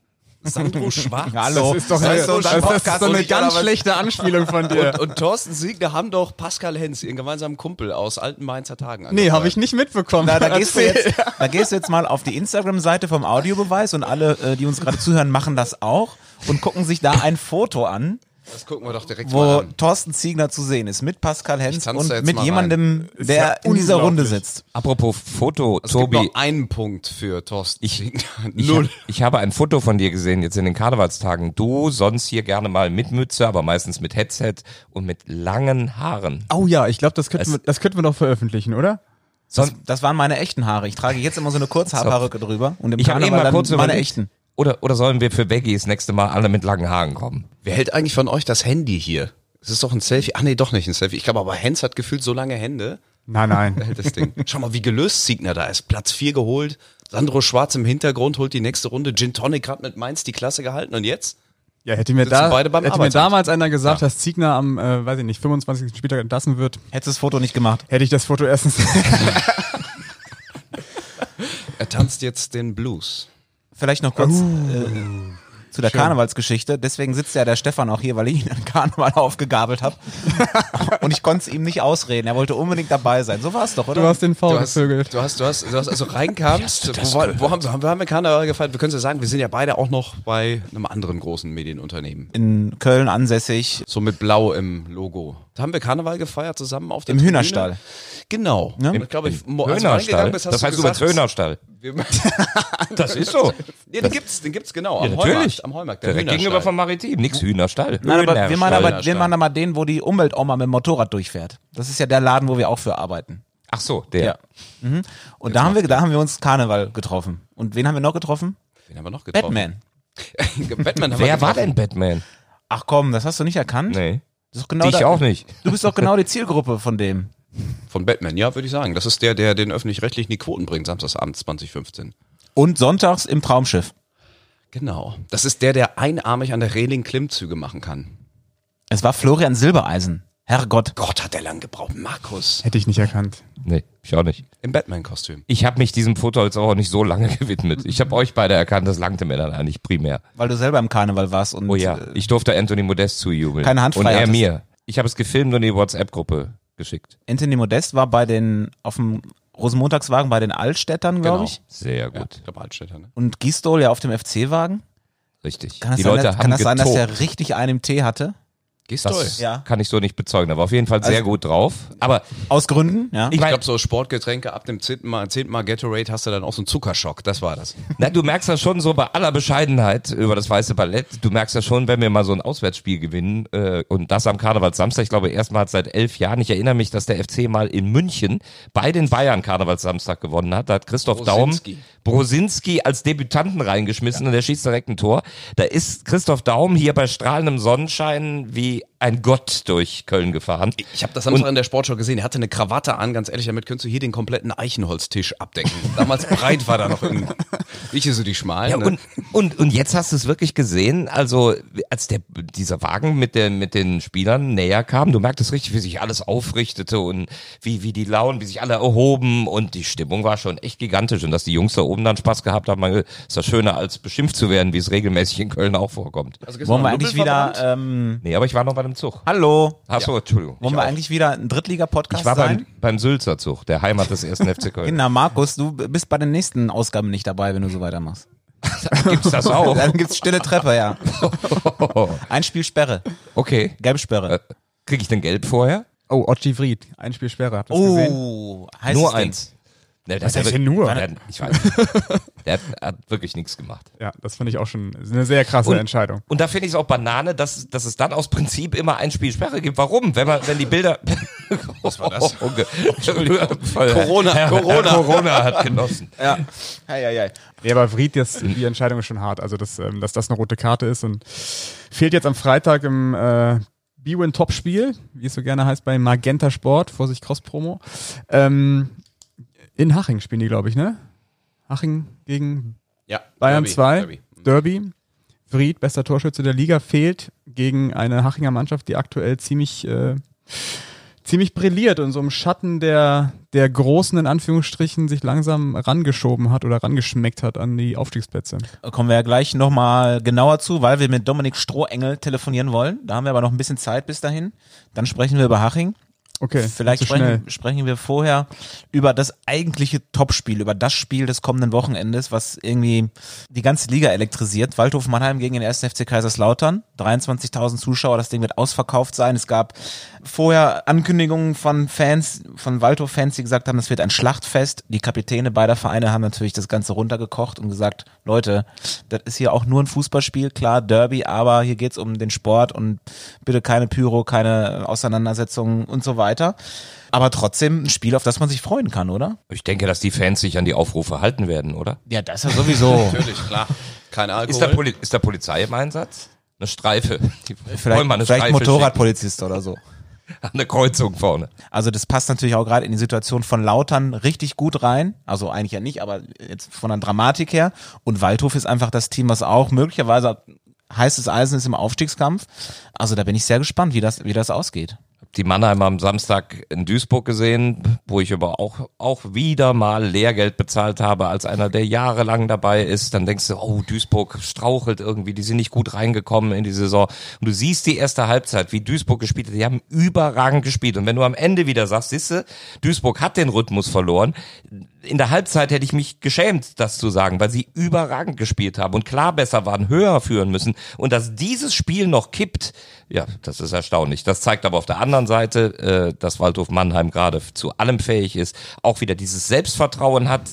Sandro Schwarz. Hallo. Das ist doch Das eine, ist so das, unser das ist Podcast so und eine nicht, oder ganz was? schlechte Anspielung von dir. Und, und Thorsten Siegner haben doch Pascal Hens, ihren gemeinsamen Kumpel aus alten Mainzer Tagen Nee, angefeuert. habe ich nicht mitbekommen. Na, da, gehst du Erzähl. jetzt, da gehst du jetzt mal auf die Instagram-Seite vom Audiobeweis und alle, äh, die uns gerade zuhören, machen das auch und gucken sich da ein Foto an, Das gucken wir doch direkt wo mal an. Thorsten Ziegner zu sehen ist, mit Pascal Hens tanze und da jetzt mit mal jemandem, Ist der ja in dieser Runde unglaublich. sitzt. Apropos Foto, Es gibt Tobi. noch einen Punkt für Thorsten Siegner. Ich, Null. ich habe ein Foto von dir gesehen, jetzt in den Karnevalstagen. Du sonst hier gerne mal mit Mütze, aber meistens mit Headset und mit langen Haaren. Oh ja, ich glaube, das könnten Es- wir, das könnten wir noch veröffentlichen, oder? Das, das waren meine echten Haare. Ich trage jetzt immer so eine Kurzhaarperücke drüber und im Ich habe eben Karneval mal dann kurz meine überlegt, echten. Oder, oder sollen wir für Baggy das nächste Mal alle mit langen Haaren kommen? Wer hält eigentlich von euch das Handy hier? Es ist doch ein Selfie. Ah nee, doch nicht ein Selfie. Ich glaube aber, Hens hat gefühlt so lange Hände. Nein, Er nein. hält das Ding. Schau mal, wie gelöst Siegner da ist. Platz vier geholt. Sandro Schwarz im Hintergrund holt die nächste Runde. Gin Tonic gerade mit Mainz die Klasse gehalten. Und jetzt? Ja, hätte mir, Sitzen da, beide beim hätte mir Arbeitsamt. damals einer gesagt, dass Ziegner am, äh, weiß ich nicht, fünfundzwanzigsten Spieltag entlassen wird, Hättest du das Foto nicht gemacht. hätte ich das Foto erstens. Er tanzt jetzt den Blues. Vielleicht noch kurz äh, zu der Karnevalsgeschichte. Deswegen sitzt ja der Stefan auch hier, weil ich ihn an Karneval aufgegabelt habe. Und ich konnte es ihm nicht ausreden. Er wollte unbedingt dabei sein. So war es doch, oder? Du hast den V Du hast, gevögelt. du hast, du hast, du hast also reinkamst. Wo, war- wo haben, wo haben wir Karneval gefeiert? Wir können ja sagen, wir sind ja beide auch noch bei einem anderen großen Medienunternehmen. In Köln ansässig. So mit Blau im Logo. Da haben wir Karneval gefeiert zusammen auf der Im Tribüne. Hühnerstall. Genau. Ja? Ich glaube, ich, mo- als du Höhnerstall. reingegangen bist, hast Das du heißt gesagt, übrigens Höhnerstall. wir- Das ist so. Ja, den gibt's, den gibt's genau. Am Ja, Heumarkt. natürlich. Am Heumarkt. Der Direkt Hühnerstall. gegenüber vom Maritim. Nix Hühnerstall. Nein, aber wir meinen aber, Hühnerstall. wir meinen aber den, wo die Umweltoma mit dem Motorrad durchfährt. Das ist ja der Laden, wo wir auch für arbeiten. Ach so, der. Ja. Mhm. Und da haben wir, da haben wir uns Karneval getroffen. Und wen haben wir noch getroffen? Wen haben wir noch getroffen? Batman. Batman haben wir Wer war getroffen. denn Batman? Ach komm, das hast du nicht erkannt? Nee. Das ist doch genau Ich da- auch nicht. Du bist doch genau die Zielgruppe von dem. Von Batman, ja, würde ich sagen. Das ist der, der den öffentlich-rechtlichen die Quoten bringt, samstagsabends zwanzig fünfzehn. Und sonntags im Traumschiff. Genau. Das ist der, der einarmig an der Reling Klimmzüge machen kann. Es war Florian Silbereisen. Herrgott. Gott, hat der lang gebraucht. Markus. Hätte ich nicht erkannt. Nee, ich auch nicht. Im Batman-Kostüm. Ich habe mich diesem Foto jetzt auch nicht so lange gewidmet. Ich habe euch beide erkannt, das langte mir dann eigentlich primär. Weil du selber im Karneval warst und Oh ja, äh, ich durfte Anthony Modest zujubeln. Keine Hand frei Und er hattest. mir. Ich habe es gefilmt und in die WhatsApp-Gruppe geschickt. Anthony Modest war bei den, auf dem Rosenmontagswagen bei den Altstädtern, glaube Genau. ich. Sehr Ja, gut. ich glaube Altstädter, ne? Und Gisdol ja auf dem F C-Wagen. Richtig. Kann das, die sein, Leute dass, haben kann das sein, dass getobt. er richtig einen im Tee hatte? Gehst Das du? Ja. kann ich so nicht bezeugen. Er war auf jeden Fall sehr Also- gut drauf. Aber Aus Gründen, ja. ich Ich meine, glaube, so Sportgetränke ab dem zehnten Mal, zehnten Mal Gatorade hast du dann auch so einen Zuckerschock. Das war das. na, du merkst das schon so bei aller Bescheidenheit über das Weiße Ballett. Du merkst das schon, wenn wir mal so ein Auswärtsspiel gewinnen äh, und das am Karnevalssamstag. Ich glaube, erstmals seit elf Jahren. Ich erinnere mich, dass der F C mal in München bei den Bayern Karnevalssamstag gewonnen hat. Da hat Christoph Brosinski. Daum Brosinski als Debütanten reingeschmissen und der schießt direkt ein Tor. Da ist Christoph Daum hier bei strahlendem Sonnenschein wie ein Gott durch Köln gefahren. Ich habe das Samstag in der Sportschau gesehen. Er hatte eine Krawatte an, ganz ehrlich, damit könntest du hier den kompletten Eichenholztisch abdecken. Damals breit war da noch irgendwie. Ich so die schmalen. Ja, ne? und, und, und jetzt hast du es wirklich gesehen, also als der, dieser Wagen mit, der, mit den Spielern näher kam, du merktest richtig, wie sich alles aufrichtete und wie, wie die Launen, wie sich alle erhoben und die Stimmung war schon echt gigantisch und dass die Jungs da oben dann Spaß gehabt haben, ist das schöner als beschimpft zu werden, wie es regelmäßig in Köln auch vorkommt. Also gibt's Wollen noch wir einen eigentlich Nubbel wieder, verbrannt? ähm, Nee, aber ich war noch bei dem Zug. hallo, Ach so, Entschuldigung. wollen Ich wir auch. eigentlich wieder ein Drittliga-Podcast Ich war sein? beim, beim Sülzer Zug, der Heimat des ersten F C Köln. Na, Markus, du bist bei den nächsten Ausgaben nicht dabei, wenn du so weitermachst. Gibt's das auch? Dann gibt's stille Treppe, ja. Ein Spiel Sperre, Okay. Gelbsperre. Äh, Krieg ich denn Gelb vorher? Oh, Ochi Vried, ein Spiel Sperre, habt ihr das gesehen? Oh, heißes Nur Ding. eins. Ne, Was der heißt hat- denn nur? Der, hat- ich weiß. Der hat, hat wirklich nichts gemacht. Ja, das finde ich auch schon eine sehr krasse Und- Entscheidung. Und da finde ich es auch Banane, dass, dass es dann aus Prinzip immer ein Spiel Sperre gibt. Warum? Wenn man, wenn die Bilder. Was war das? Corona, Herr, Corona. Herr Corona hat genossen. Ja. Hei, hei, hei. Ja, aber Vried, das, die Entscheidung ist schon hart. Also, dass, ähm, dass das eine rote Karte ist und fehlt jetzt am Freitag im äh, B-Win-Top-Spiel, wie es so gerne heißt, bei Magenta Sport, Vorsicht Cross-Promo. Ähm, in Haching spielen die, glaube ich, ne? Haching gegen Ja, Bayern Derby, zwei, Derby. Derby. Vried, bester Torschütze der Liga, fehlt gegen eine Hachinger Mannschaft, die aktuell ziemlich äh, ziemlich brilliert und so im Schatten der, der Großen in Anführungsstrichen sich langsam rangeschoben hat oder rangeschmeckt hat an die Aufstiegsplätze. Kommen wir ja gleich nochmal genauer zu, weil wir mit Dominik Strohengel telefonieren wollen. Da haben wir aber noch ein bisschen Zeit bis dahin. Dann sprechen wir über Haching. Okay, Vielleicht zu schnell. sprechen, sprechen wir vorher über das eigentliche Topspiel, über das Spiel des kommenden Wochenendes, was irgendwie die ganze Liga elektrisiert. Waldhof Mannheim gegen den ersten F C Kaiserslautern. dreiundzwanzigtausend Zuschauer, das Ding wird ausverkauft sein. Es gab vorher Ankündigungen von Fans, von Waldhof-Fans, die gesagt haben, es wird ein Schlachtfest. Die Kapitäne beider Vereine haben natürlich das Ganze runtergekocht und gesagt, Leute, das ist hier auch nur ein Fußballspiel, klar, Derby, aber hier geht's um den Sport und bitte keine Pyro, keine Auseinandersetzungen und so weiter. weiter. Aber trotzdem ein Spiel, auf das man sich freuen kann, oder? Ich denke, dass die Fans sich an die Aufrufe halten werden, oder? Ja, das ist ja sowieso. Natürlich, klar. Kein Alkohol. Ist da, Poli- ist da Polizei im Einsatz? Eine Streife. Die wollen Vielleicht, mal eine vielleicht Streife Motorradpolizist oder so. schicken. An der Kreuzung vorne. Also das passt natürlich auch gerade in die Situation von Lautern richtig gut rein. Also eigentlich ja nicht, aber jetzt von der Dramatik her. Und Waldhof ist einfach das Team, was auch möglicherweise heißes Eisen ist im Aufstiegskampf. Also da bin ich sehr gespannt, wie das, wie das ausgeht. Die Mannheimer am Samstag in Duisburg gesehen, wo ich aber auch, auch wieder mal Lehrgeld bezahlt habe als einer, der jahrelang dabei ist. Dann denkst du, oh, Duisburg strauchelt irgendwie, die sind nicht gut reingekommen in die Saison. Und du siehst die erste Halbzeit, wie Duisburg gespielt hat. Die haben überragend gespielt. Und wenn du am Ende wieder sagst, siehste, Duisburg hat den Rhythmus verloren. In der Halbzeit hätte ich mich geschämt, das zu sagen, weil sie überragend gespielt haben und klar besser waren, höher führen müssen. Und dass dieses Spiel noch kippt, ja, das ist erstaunlich. Das zeigt aber auf der anderen Seite, äh, dass Waldhof Mannheim gerade zu allem fähig ist, auch wieder dieses Selbstvertrauen hat.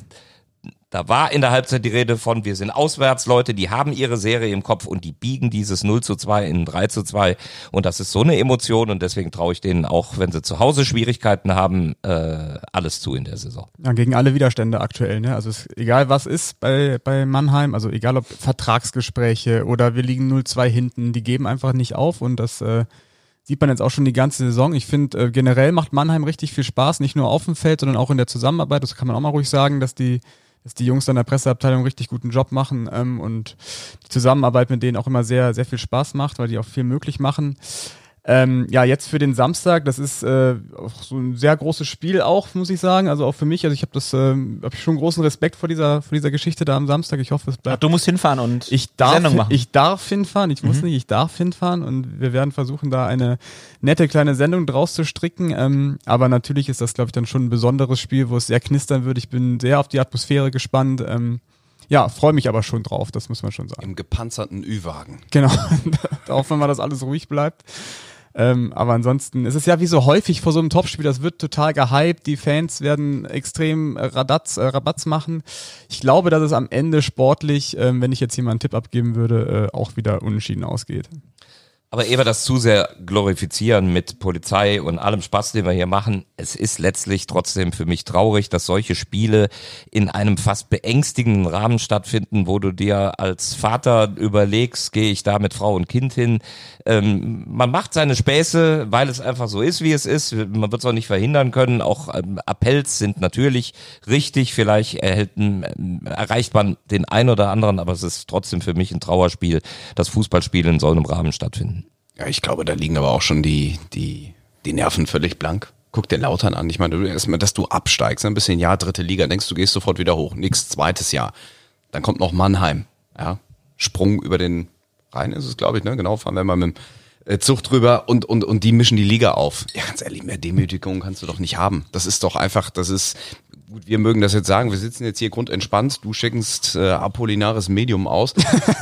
Da war in der Halbzeit die Rede von, wir sind Auswärtsleute, die haben ihre Serie im Kopf und die biegen dieses null zu zwei in drei zu zwei. Und das ist so eine Emotion und deswegen traue ich denen auch, wenn sie zu Hause Schwierigkeiten haben, äh, alles zu in der Saison. Ja, gegen alle Widerstände aktuell, ne? Also es, egal was ist bei, bei Mannheim, also egal ob Vertragsgespräche oder wir liegen null zwei hinten, die geben einfach nicht auf und das äh, sieht man jetzt auch schon die ganze Saison. Ich finde, äh, generell macht Mannheim richtig viel Spaß, nicht nur auf dem Feld, sondern auch in der Zusammenarbeit. Das kann man auch mal ruhig sagen, dass die dass die Jungs in der Presseabteilung einen richtig guten Job machen ähm, und die Zusammenarbeit mit denen auch immer sehr, sehr viel Spaß macht, weil die auch viel möglich machen. Ähm, ja, jetzt für den Samstag, das ist äh, auch so ein sehr großes Spiel auch, muss ich sagen, also auch für mich, also ich habe das, ähm, habe schon großen Respekt vor dieser, vor dieser Geschichte da am Samstag, ich hoffe, es bleibt. Ach, du musst hinfahren und ich darf, Sendung machen. Ich darf hinfahren, ich muss Mhm. nicht, ich darf hinfahren und wir werden versuchen, da eine nette kleine Sendung draus zu stricken, ähm, aber natürlich ist das, glaube ich, dann schon ein besonderes Spiel, wo es sehr knistern wird, ich bin sehr auf die Atmosphäre gespannt, ähm, ja, freue mich aber schon drauf, das muss man schon sagen. Im gepanzerten Ü-Wagen. Genau, auch wenn mal das alles ruhig bleibt. Ähm, aber ansonsten, es ist ja wie so häufig vor so einem Topspiel, das wird total gehypt, die Fans werden extrem äh, Radatz, äh, Rabatz machen. Ich glaube, dass es am Ende sportlich, ähm, wenn ich jetzt hier mal einen Tipp abgeben würde, äh, auch wieder unentschieden ausgeht. Aber ehe wir das zu sehr glorifizieren mit Polizei und allem Spaß, den wir hier machen, es ist letztlich trotzdem für mich traurig, dass solche Spiele in einem fast beängstigenden Rahmen stattfinden, wo du dir als Vater überlegst, gehe ich da mit Frau und Kind hin. Ähm, man macht seine Späße, weil es einfach so ist, wie es ist. Man wird es auch nicht verhindern können. Auch ähm, Appells sind natürlich richtig. Vielleicht erhält, ähm, erreicht man den einen oder anderen, aber es ist trotzdem für mich ein Trauerspiel, dass Fußballspiele in so einem Rahmen stattfinden. Ja, ich glaube, da liegen aber auch schon die, die, die Nerven völlig blank. Guck dir Lautern an. Ich meine, du erstmal, dass du absteigst, ein bisschen Jahr, dritte Liga, denkst du gehst sofort wieder hoch. Nix, zweites Jahr. Dann kommt noch Mannheim. Ja, Sprung über den Rhein ist es, glaube ich, ne? Genau, fahren wir mal mit dem Zug drüber und, und, und die mischen die Liga auf. Ja, ganz ehrlich, mehr Demütigung kannst du doch nicht haben. Das ist doch einfach, das ist, gut, wir mögen das jetzt sagen, wir sitzen jetzt hier grundentspannt, du schickst äh, apollinares Medium aus.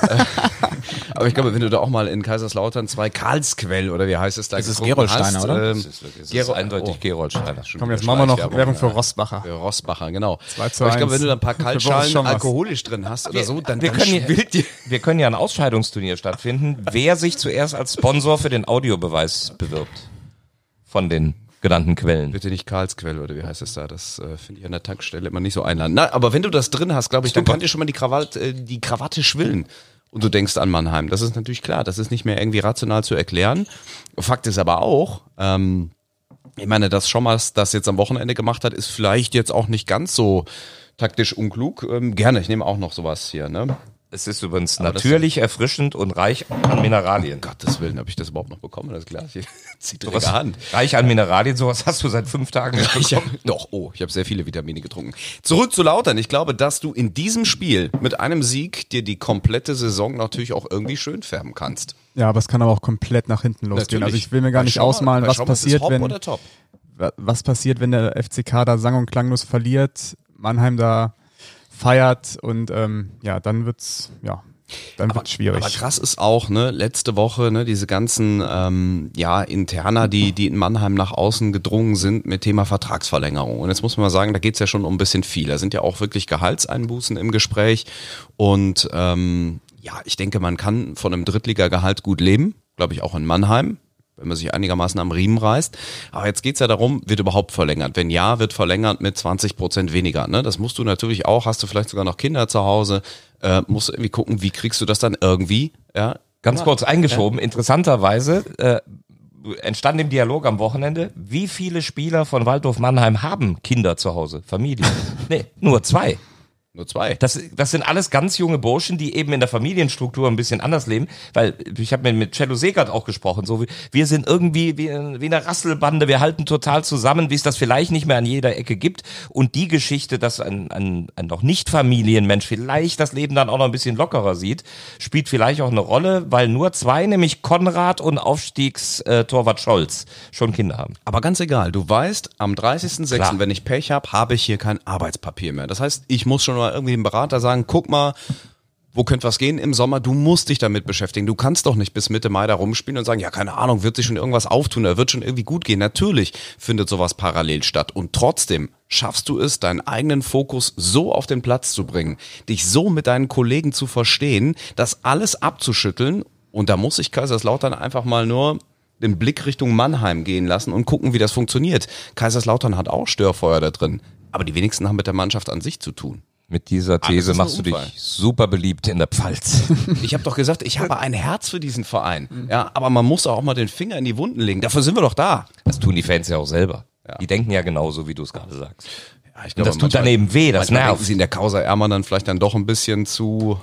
Aber ich glaube, wenn du da auch mal in Kaiserslautern zwei Karlsquell oder wie heißt es da Das ist getrunken Gerolsteiner, hast, oder? Ähm, Das ist, wirklich, das ist Gero- eindeutig oh. Gerolsteiner. Komm, jetzt machen wir noch Werbung für Rossbacher. Für Rossbacher, genau. zwei zu Aber ich glaube, eins. wenn du da ein paar Für uns Kaltschalen schon was. alkoholisch drin hast oder so, dann, Wir dann können, schwillt ja, dir. wir können ja ein Ausscheidungsturnier stattfinden, wer sich zuerst als Sponsor für den Audiobeweis bewirbt. Von den genannten Quellen. Bitte nicht Karlsquell oder wie heißt es da? Das äh, finde ich an der Tankstelle immer nicht so einladend. Na, aber wenn du das drin hast, glaube ich, dann kann dir schon mal die Krawatte, äh, die Krawatte schwillen. Und du denkst an Mannheim. Das ist natürlich klar. Das ist nicht mehr irgendwie rational zu erklären. Fakt ist aber auch, ähm, ich meine, dass Schommers das jetzt am Wochenende gemacht hat, ist vielleicht jetzt auch nicht ganz so taktisch unklug. Ähm, gerne, ich nehme auch noch sowas hier, ne? Es ist übrigens Aber das- natürlich erfrischend und reich an Mineralien. Um Gottes Willen, habe ich das überhaupt noch bekommen, das Glas hier? Zittrige Was, Hand. reich an Mineralien, sowas hast du seit fünf Tagen nicht Ich hab, bekommen. doch, oh, ich habe sehr viele Vitamine getrunken. Zurück zu Lautern. Ich glaube, dass du in diesem Spiel mit einem Sieg dir die komplette Saison natürlich auch irgendwie schön färben kannst. Ja, aber es kann aber auch komplett nach hinten losgehen. Natürlich. Also ich will mir gar Bei nicht Schauer- ausmalen, bei was Schauer ist es passiert, Hop wenn oder Top? wa- was passiert, wenn der F C K da sang- und klanglos verliert, Mannheim da feiert und ähm, ja, dann wird's ja, dann wird's schwierig. Aber krass ist auch, ne, letzte Woche, ne, diese ganzen ähm, ja, Interna, die, die in Mannheim nach außen gedrungen sind mit Thema Vertragsverlängerung. Und jetzt muss man mal sagen, da geht's ja schon um ein bisschen viel. Da sind ja auch wirklich Gehaltseinbußen im Gespräch. Und ähm, ja, ich denke, man kann von einem Drittligagehalt gut leben, glaube ich auch in Mannheim, wenn man sich einigermaßen am Riemen reißt. Aber jetzt geht's ja darum, wird überhaupt verlängert? Wenn ja, wird verlängert mit zwanzig Prozent weniger. Ne? Das musst du natürlich auch, hast du vielleicht sogar noch Kinder zu Hause, äh, musst du irgendwie gucken, wie kriegst du das dann irgendwie, ja? Ganz kurz eingeschoben, interessanterweise äh, entstand im Dialog am Wochenende, wie viele Spieler von Waldhof Mannheim haben Kinder zu Hause, Familie? Nee, nur zwei. Nur zwei. Das, das sind alles ganz junge Burschen, die eben in der Familienstruktur ein bisschen anders leben, weil ich habe mit Cello Segert auch gesprochen, so wie, wir sind irgendwie wie, wie eine Rasselbande, wir halten total zusammen, wie es das vielleicht nicht mehr an jeder Ecke gibt, und die Geschichte, dass ein, ein, ein noch nicht Familienmensch vielleicht das Leben dann auch noch ein bisschen lockerer sieht, spielt vielleicht auch eine Rolle, weil nur zwei, nämlich Konrad und Aufstiegstorwart Scholz, schon Kinder haben. Aber ganz egal, du weißt, am dreißigsten Klar. sechsten, wenn ich Pech habe, habe ich hier kein Arbeitspapier mehr. Das heißt, ich muss schon mal irgendwie dem Berater sagen, guck mal, wo könnte was gehen im Sommer? Du musst dich damit beschäftigen. Du kannst doch nicht bis Mitte Mai da rumspielen und sagen, ja, keine Ahnung, wird sich schon irgendwas auftun, da wird schon irgendwie gut gehen. Natürlich findet sowas parallel statt. Und trotzdem schaffst du es, deinen eigenen Fokus so auf den Platz zu bringen, dich so mit deinen Kollegen zu verstehen, das alles abzuschütteln. Und da muss ich Kaiserslautern einfach mal nur den Blick Richtung Mannheim gehen lassen und gucken, wie das funktioniert. Kaiserslautern hat auch Störfeuer da drin. Aber die wenigsten haben mit der Mannschaft an sich zu tun. Mit dieser das These ist ein machst du dich Unfall. super beliebt in der Pfalz. Ich habe doch gesagt, ich habe ein Herz für diesen Verein. Ja, aber man muss auch mal den Finger in die Wunden legen. Dafür sind wir doch da. Das tun die Fans ja auch selber. Ja. Die denken ja genauso, wie du es gerade sagst. Ja, ich Und das tut dann eben weh, das manchmal nervt. denken sie in der Causa Ermann dann vielleicht dann doch ein bisschen zu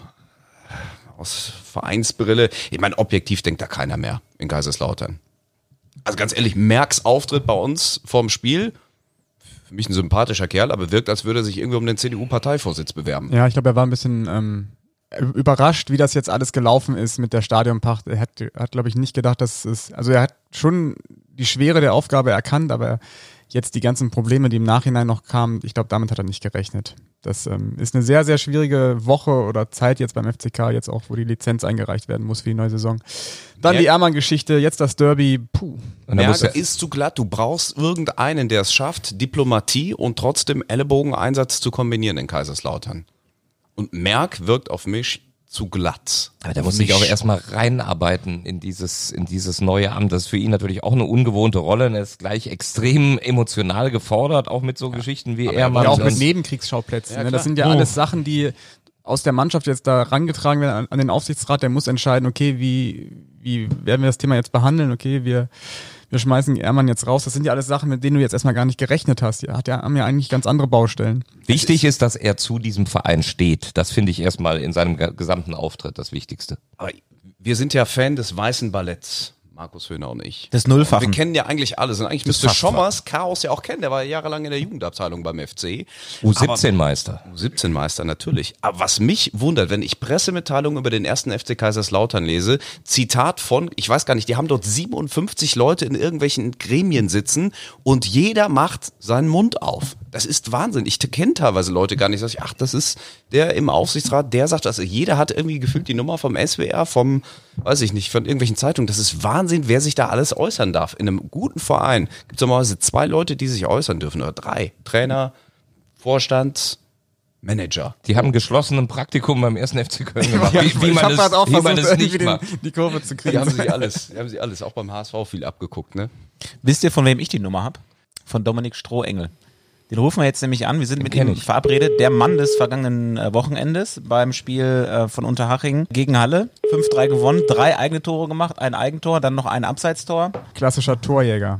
aus Vereinsbrille. Ich meine, objektiv denkt da keiner mehr in Kaiserslautern. Also ganz ehrlich, Merks Auftritt bei uns vorm Spiel, für mich ein sympathischer Kerl, aber wirkt, als würde er sich irgendwie um den C D U-Parteivorsitz bewerben. Ja, ich glaube, er war ein bisschen ähm, überrascht, wie das jetzt alles gelaufen ist mit der Stadionpacht. Er hat, hat glaube ich, nicht gedacht, dass es, also er hat schon die Schwere der Aufgabe erkannt, aber jetzt die ganzen Probleme, die im Nachhinein noch kamen, ich glaube, damit hat er nicht gerechnet. Das ähm, ist eine sehr, sehr schwierige Woche oder Zeit jetzt beim F C K, jetzt auch, wo die Lizenz eingereicht werden muss für die neue Saison. Dann Ja. die Ermann-Geschichte, jetzt das Derby, puh. Und dann Merck muss er, ist zu glatt. Du brauchst irgendeinen, der es schafft, Diplomatie und trotzdem Ellenbogeneinsatz zu kombinieren in Kaiserslautern. Und Merck wirkt auf mich zu glatt. aber der Auf muss sich mich auch erstmal reinarbeiten in dieses, in dieses neue Amt. Das ist für ihn natürlich auch eine ungewohnte Rolle. Und er ist gleich extrem emotional gefordert, auch mit so Geschichten wie Aber er er mal. Ja, auch das- mit Nebenkriegsschauplätzen. Ja, ne? Das klar. sind ja alles Sachen, die aus der Mannschaft jetzt da rangetragen werden an, an den Aufsichtsrat. Der muss entscheiden, okay, wie, wie werden wir das Thema jetzt behandeln? Okay, wir, wir schmeißen Ehrmann jetzt raus. Das sind ja alles Sachen, mit denen du jetzt erstmal gar nicht gerechnet hast. Die hat ja, haben ja eigentlich ganz andere Baustellen. Wichtig ist, dass er zu diesem Verein steht. Das finde ich erstmal in seinem ge- gesamten Auftritt das Wichtigste. Aber wir sind ja Fan des weißen Balletts, Markus Höhner und ich. Des Wir Nullfachen. kennen ja eigentlich alles. Und eigentlich müsste Schommers Chaos ja auch kennen. Der war ja jahrelang in der Jugendabteilung beim F C. U siebzehn-Meister. U siebzehn Meister, natürlich. Aber was mich wundert, wenn ich Pressemitteilungen über den ersten F C Kaiserslautern lese, Zitat von, ich weiß gar nicht, die haben dort siebenundfünfzig Leute in irgendwelchen Gremien sitzen und jeder macht seinen Mund auf. Das ist Wahnsinn. Ich kenne teilweise Leute gar nicht. Sag ich, ach, das ist der im Aufsichtsrat, der sagt das. Jeder hat irgendwie gefühlt die Nummer vom S W R, vom, weiß ich nicht, von irgendwelchen Zeitungen. Das ist Wahnsinn, wer sich da alles äußern darf. In einem guten Verein gibt es normalerweise zwei Leute, die sich äußern dürfen, oder drei. Trainer, Vorstand, Manager. Die haben geschlossen ein Praktikum beim ersten F C Köln gemacht. Ja, wie, wie ich man hab es, grad auch wie man versucht, es irgendwie nicht den, macht. die Kurve zu Die kriegen. haben sie alles, die haben sie alles, auch beim H S V viel abgeguckt, ne? Wisst ihr, von wem ich die Nummer habe? Von Dominik Strohengel. Den rufen wir jetzt nämlich an. Wir sind mit kenn ihm ich. verabredet. Der Mann des vergangenen äh, Wochenendes beim Spiel äh, von Unterhaching gegen Halle. fünf drei gewonnen, drei eigene Tore gemacht, ein Eigentor, dann noch ein Abseitstor. Klassischer Torjäger.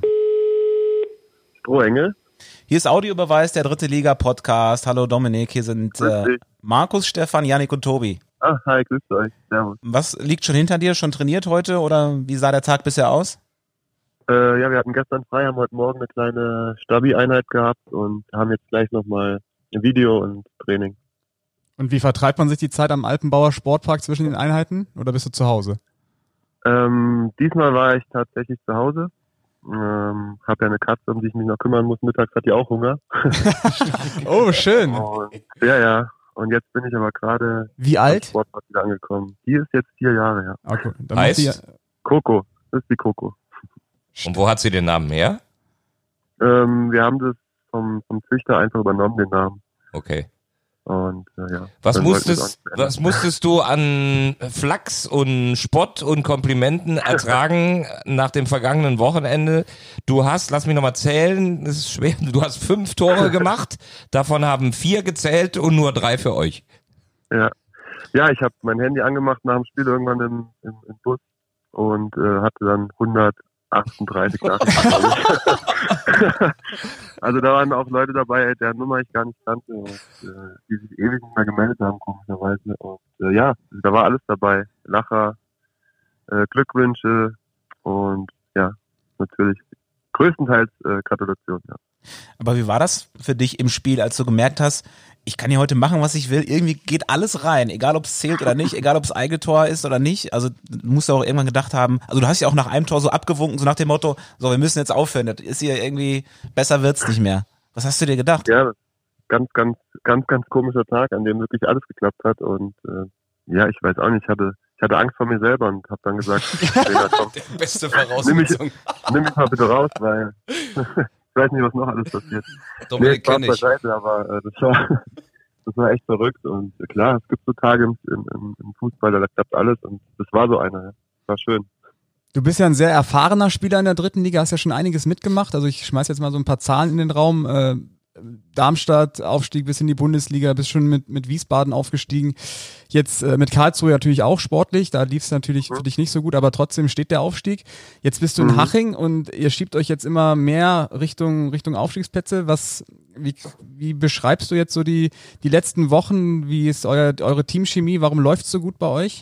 Strohengel. Hier ist Audiobeweis, der dritte Liga-Podcast. Hallo Dominik, hier sind äh, Markus, Stefan, Yannick und Tobi. Ah, hi, grüßt euch. Servus. Was liegt schon hinter dir? Schon trainiert heute oder wie sah der Tag bisher aus? Äh, ja, wir hatten gestern frei, haben heute Morgen eine kleine Stabi-Einheit gehabt und haben jetzt gleich nochmal ein Video und Training. Und wie vertreibt man sich die Zeit am Alpenbauer Sportpark zwischen den Einheiten? Oder bist du zu Hause? Ähm, diesmal war ich tatsächlich zu Hause. Ähm, hab ja eine Katze, um die ich mich noch kümmern muss. Mittags hat die auch Hunger. Oh, schön. Und, ja, ja. Und jetzt bin ich aber gerade Wie am alt? Sportpark wieder angekommen. Die ist jetzt vier Jahre, ja. Okay, dann Heißt? muss die, Coco, das ist die Coco. Und wo hat sie den Namen her? Ähm, wir haben das vom, vom Züchter einfach übernommen, den Namen. Okay. Und äh, ja. Was dann wollten wir es musstest, auch nicht was musstest du an Flachs und Spott und Komplimenten ertragen nach dem vergangenen Wochenende? Du hast, lass mich nochmal zählen, das ist schwer, du hast fünf Tore gemacht, davon haben vier gezählt und nur drei für euch. Ja, ja, ich habe mein Handy angemacht nach dem Spiel irgendwann im, im, im Bus und äh, hatte dann hundertachtunddreißig Nachrichten. Also da waren auch Leute dabei, deren Nummer ich gar nicht kannte und äh, die sich ewig nicht mehr gemeldet haben, komischerweise. Und äh, ja, da war alles dabei. Lacher, äh, Glückwünsche und ja, natürlich größtenteils äh, Gratulation, ja. Aber wie war das für dich im Spiel, als du gemerkt hast, ich kann hier heute machen, was ich will, irgendwie geht alles rein, egal ob es zählt oder nicht, egal ob es Eigentor ist oder nicht, also du musst ja auch irgendwann gedacht haben, also du hast ja auch nach einem Tor so abgewunken, so nach dem Motto, so wir müssen jetzt aufhören, das ist hier irgendwie, besser wird's nicht mehr. Was hast du dir gedacht? Ja, ganz, ganz, ganz, ganz komischer Tag, an dem wirklich alles geklappt hat und äh, ja, ich weiß auch nicht, ich hatte, ich hatte Angst vor mir selber und habe dann gesagt, Trainer, komm, Beste nimm mich, Voraussetzung. nimm mich mal bitte raus, weil ich weiß nicht, was noch alles passiert. Dominik Spaß kenne ich. beiseite, aber äh, das war das war echt verrückt und äh, klar, es gibt so Tage im, im, im Fußball, da klappt alles und das war so einer, ja. War schön. du bist ja ein sehr erfahrener Spieler in der dritten Liga, hast ja schon einiges mitgemacht. Also ich schmeiß jetzt mal so ein paar Zahlen in den Raum. Äh, Darmstadt, Aufstieg bis in die Bundesliga, bist schon mit, mit Wiesbaden aufgestiegen. Jetzt äh, mit Karlsruhe natürlich auch sportlich, da lief es natürlich für dich nicht so gut, aber trotzdem steht der Aufstieg. Jetzt bist du in Mhm. Haching und ihr schiebt euch jetzt immer mehr Richtung Richtung Aufstiegsplätze. Was, wie, wie beschreibst du jetzt so die, die letzten Wochen? Wie ist euer, eure Teamchemie? Warum läuft es so gut bei euch?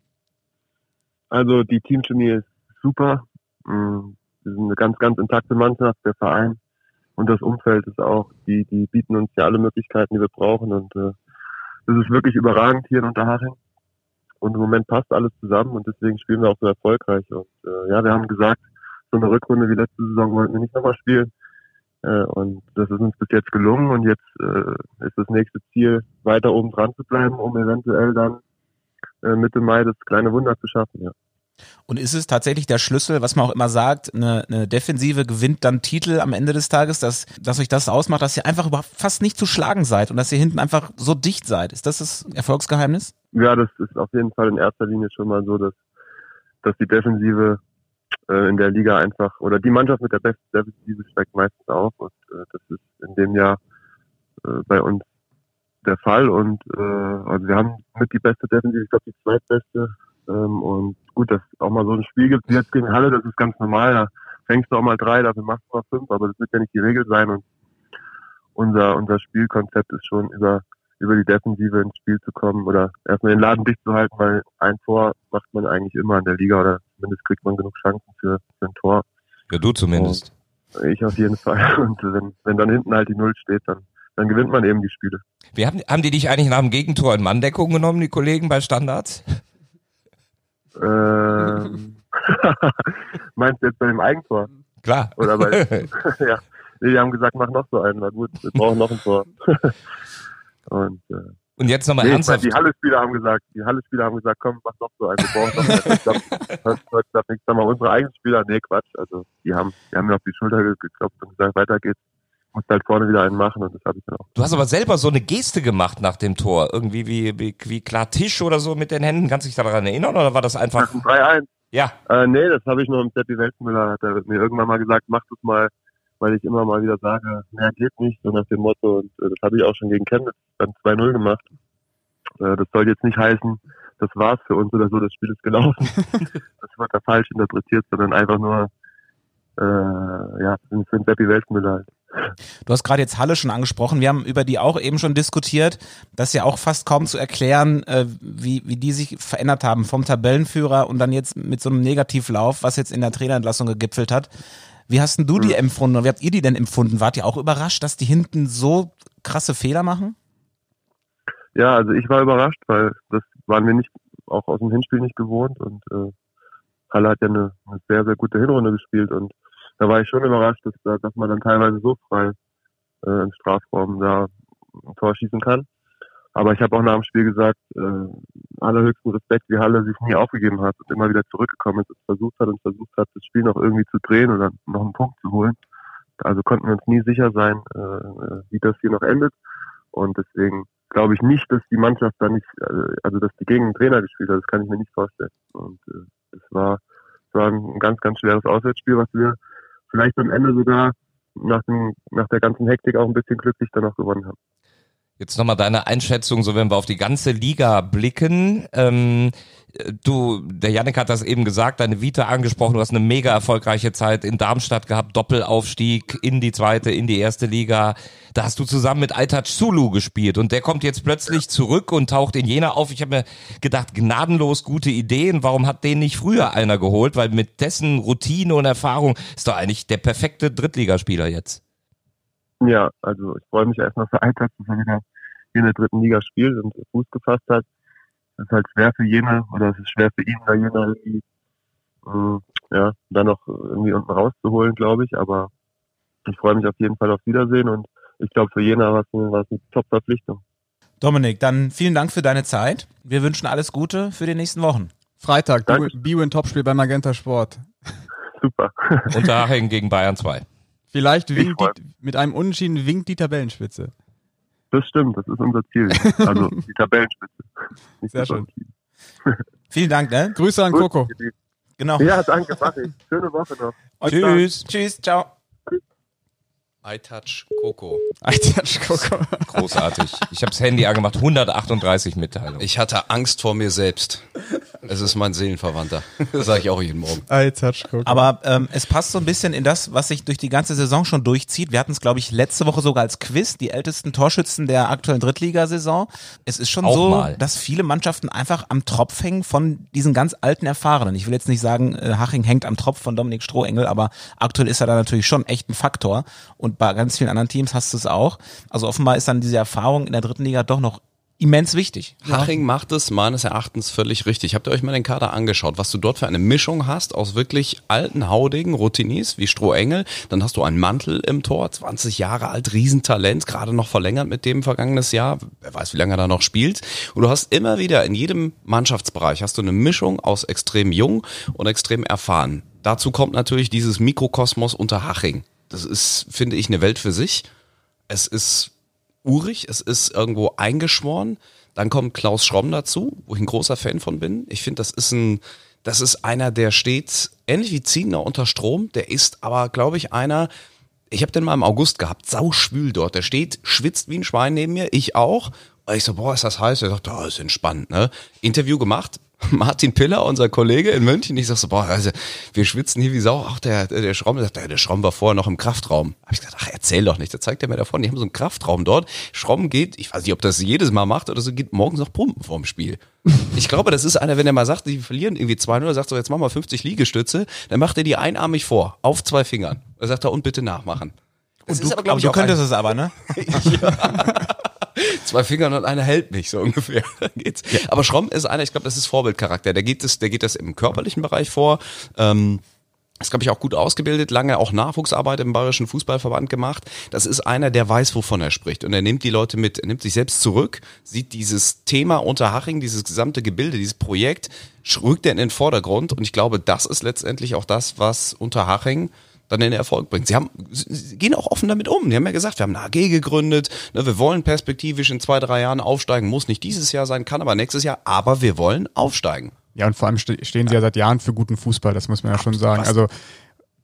Also die Teamchemie ist super. Mm, Wir sind eine ganz, ganz intakte Mannschaft, der Verein und das Umfeld ist auch, die, die bieten uns ja alle Möglichkeiten, die wir brauchen und äh, das ist wirklich überragend hier in Unterhaching. Und im Moment passt alles zusammen und deswegen spielen wir auch so erfolgreich. Und äh, ja, wir haben gesagt, so eine Rückrunde wie letzte Saison wollten wir nicht nochmal spielen. Äh, und das ist uns bis jetzt gelungen und jetzt äh, ist das nächste Ziel, weiter oben dran zu bleiben, um eventuell dann äh, Mitte Mai das kleine Wunder zu schaffen, ja. Und ist es tatsächlich der Schlüssel, was man auch immer sagt, eine, eine Defensive gewinnt dann Titel am Ende des Tages, dass, dass euch das ausmacht, dass ihr einfach überhaupt fast nicht zu schlagen seid und dass ihr hinten einfach so dicht seid. Ist das das Erfolgsgeheimnis? Ja, das ist auf jeden Fall in erster Linie schon mal so, dass, dass die Defensive äh, in der Liga einfach, oder die Mannschaft mit der besten Defensive steigt meistens auf und äh, das ist in dem Jahr äh, bei uns der Fall und äh, also wir haben mit die beste Defensive, ich glaube die zweitbeste ähm, und gut, dass es auch mal so ein Spiel gibt wie jetzt gegen Halle, das ist ganz normal, da fängst du auch mal drei, dafür machst du mal fünf, aber das wird ja nicht die Regel sein und unser unser Spielkonzept ist schon über über die Defensive ins Spiel zu kommen oder erstmal den Laden dicht zu halten, weil ein Tor macht man eigentlich immer in der Liga oder zumindest kriegt man genug Chancen für, für ein Tor. Ja, du zumindest. Ich auf jeden Fall. Und wenn, wenn dann hinten halt die Null steht, dann, dann gewinnt man eben die Spiele. Wie haben, haben die dich eigentlich nach dem Gegentor in Manndeckung genommen, die Kollegen bei Standards? Ähm, meinst du jetzt bei dem Eigentor? Klar. Oder bei, ja. Nee, die haben gesagt, mach noch so einen. Na gut, wir brauchen noch ein Tor. Und, äh, Und jetzt nochmal nee, ernsthaft. die Halle-Spieler haben gesagt, die Halle-Spieler haben gesagt, komm, mach noch so einen, wir brauchen noch einen. Ich glaube, heute sagt nichts, sag mal, unsere eigenen Spieler, nee, Quatsch. Also, die haben, die haben mir auf die Schulter geklopft und gesagt, weiter geht's. Muss halt vorne wieder einen machen und das habe ich dann auch. Du hast aber selber so eine Geste gemacht nach dem Tor. Irgendwie wie, wie, wie klar Tisch oder so mit den Händen. Kannst du dich daran erinnern oder war das einfach? Nach dem drei eins. Ja. Äh, nee, das habe ich nur im Seppi Weltmüller, hat er mir irgendwann mal gesagt, mach das mal, weil ich immer mal wieder sage, mehr geht nicht, so nach dem Motto. Und äh, das habe ich auch schon gegen Chemnitz dann zwei null gemacht. Äh, das soll jetzt nicht heißen, das war's für uns oder so, das Spiel ist gelaufen. Das wird da falsch interpretiert, sondern einfach nur, äh, ja, für den Seppi Weltmüller halt. Du hast gerade jetzt Halle schon angesprochen. Wir haben über die auch eben schon diskutiert. Das ist ja auch fast kaum zu erklären, äh, wie, wie die sich verändert haben vom Tabellenführer und dann jetzt mit so einem Negativlauf, was jetzt in der Trainerentlassung gegipfelt hat. Wie hast denn du die empfunden und wie habt ihr die denn empfunden? Wart ihr auch überrascht, dass die hinten so krasse Fehler machen? Ja, also ich war überrascht, weil das waren wir nicht, auch aus dem Hinspiel nicht gewohnt und äh, Halle hat ja eine, eine sehr, sehr gute Hinrunde gespielt und da war ich schon überrascht, dass, dass man dann teilweise so frei äh, im Strafraum da ein Tor schießen kann. Aber ich habe auch nach dem Spiel gesagt, äh, allerhöchsten Respekt, wie Halle sich nie aufgegeben hat und immer wieder zurückgekommen ist und versucht hat und versucht hat, das Spiel noch irgendwie zu drehen oder noch einen Punkt zu holen. Also konnten wir uns nie sicher sein, äh, wie das hier noch endet. Und deswegen glaube ich nicht, dass die Mannschaft da nicht, also dass die gegen einen Trainer gespielt hat, das kann ich mir nicht vorstellen. Und äh, es war, es war ein ganz, ganz schweres Auswärtsspiel, was wir vielleicht am Ende sogar nach dem, nach der ganzen Hektik auch ein bisschen glücklich dann noch gewonnen haben. Jetzt nochmal deine Einschätzung, so wenn wir auf die ganze Liga blicken. Ähm, du, der Yannick hat das eben gesagt, deine Vita angesprochen, du hast eine mega erfolgreiche Zeit in Darmstadt gehabt, Doppelaufstieg in die zweite, in die erste Liga. Da hast du zusammen mit Aytaç Sulu gespielt und der kommt jetzt plötzlich zurück und taucht in Jena auf. Ich habe mir gedacht, gnadenlos gute Ideen. Warum hat den nicht früher einer geholt? Weil mit dessen Routine und Erfahrung ist doch eigentlich der perfekte Drittligaspieler jetzt. Ja, also ich freue mich erstmal für Aytaç, dass er wieder hier in der dritten Liga spielt und Fuß gefasst hat. Es ist halt schwer für Jena, oder es ist schwer für ihn, da Jena irgendwie, äh, ja, dann noch irgendwie unten rauszuholen, glaube ich. Aber ich freue mich auf jeden Fall auf Wiedersehen und ich glaube, für Jena war es eine, war es eine Top-Verpflichtung. Dominik, dann vielen Dank für deine Zeit. Wir wünschen alles Gute für die nächsten Wochen. Freitag, Danke. B-Win-Topspiel bei Magenta Sport. Super. Unterhaching gegen Bayern zwei. Vielleicht winkt freu- die, mit einem Unentschieden winkt die Tabellenspitze. Das stimmt, das ist unser Ziel. Also die Tabellenspitze. Nicht Sehr das schön. Team. Vielen Dank, ne? Grüße an Gut, Coco. ihr Lieben. Genau. Ja, danke, mach ich. Schöne Woche noch. Euch Tschüss. Tschüss. Ciao. Aytaç Coco. Aytaç Coco. Großartig. Ich habe das Handy angemacht, hundertachtunddreißig Mitteilungen. Ich hatte Angst vor mir selbst. Es ist mein Seelenverwandter. Das sage ich auch jeden Morgen. Aytaç Coco. Aber ähm, es passt so ein bisschen in das, was sich durch die ganze Saison schon durchzieht. Wir hatten es, glaube ich, letzte Woche sogar als Quiz, die ältesten Torschützen der aktuellen Drittligasaison. Es ist schon Auch so, mal. dass viele Mannschaften einfach am Tropf hängen von diesen ganz alten Erfahrenen. Ich will jetzt nicht sagen, äh, Haching hängt am Tropf von Dominik Strohengel, aber aktuell ist er da natürlich schon echt ein Faktor. Und bei ganz vielen anderen Teams hast du es auch. Also offenbar ist dann diese Erfahrung in der dritten Liga doch noch immens wichtig. Haching macht es meines Erachtens völlig richtig. Habt ihr euch mal den Kader angeschaut, was du dort für eine Mischung hast aus wirklich alten, haudigen Routiniers wie Strohengel. Dann hast du einen Mantel im Tor, zwanzig Jahre alt, Riesentalent, gerade noch verlängert mit dem vergangenes Jahr. Wer weiß, wie lange er da noch spielt. Und du hast immer wieder in jedem Mannschaftsbereich hast du eine Mischung aus extrem jung und extrem erfahren. Dazu kommt natürlich dieses Mikrokosmos Unterhaching. Das ist, finde ich, eine Welt für sich. Es ist urig, es ist irgendwo eingeschworen. Dann kommt Klaus Schromm dazu, wo ich ein großer Fan von bin. Ich finde, das ist ein, das ist einer, der steht ähnlich wie Ziegner unter Strom. Der ist aber, glaube ich, einer, ich habe den mal im August gehabt, sauschwül dort. Der steht, schwitzt wie ein Schwein neben mir, ich auch. Und ich so, boah, ist das heiß? Er sagt, oh, ist entspannt, ne? Interview gemacht. Martin Piller, unser Kollege in München, ich sag so, boah, also wir schwitzen hier wie Sau. Ach, der, der Schromm, der sagt, der, der Schromm war vorher noch im Kraftraum. Hab ich gesagt, ach, erzähl doch nicht, da zeigt er mir davon, die haben so einen Kraftraum dort. Schromm geht, ich weiß nicht, ob das jedes Mal macht oder so, geht morgens noch pumpen vorm Spiel. Ich glaube, das ist einer, wenn er mal sagt, die verlieren irgendwie zwei null, sagt so, jetzt machen wir fünfzig Liegestütze, dann macht er die einarmig vor, auf zwei Fingern. Da sagt er, und bitte nachmachen. Das Und ist du, aber, glaub aber ich, du auch könntest ein- es aber, ne? Zwei Fingern und einer hält mich, so ungefähr. Dann geht's. Aber Schromm ist einer, ich glaube, das ist Vorbildcharakter. Der geht das, der geht das im körperlichen Bereich vor. Ähm, ist, glaube ich, auch gut ausgebildet, lange auch Nachwuchsarbeit im Bayerischen Fußballverband gemacht. Das ist einer, der weiß, wovon er spricht. Und er nimmt die Leute mit, er nimmt sich selbst zurück, sieht dieses Thema Unterhaching, dieses gesamte Gebilde, dieses Projekt, rückt er in den Vordergrund. Und ich glaube, das ist letztendlich auch das, was Unterhaching dann in den Erfolg bringt. Sie haben, sie gehen auch offen damit um. Die haben ja gesagt, wir haben eine A G gegründet, ne, wir wollen perspektivisch in zwei, drei Jahren aufsteigen, muss nicht dieses Jahr sein, kann aber nächstes Jahr, aber wir wollen aufsteigen. Ja, und vor allem ste- stehen sie ja seit Jahren für guten Fußball, das muss man ja schon sagen. Also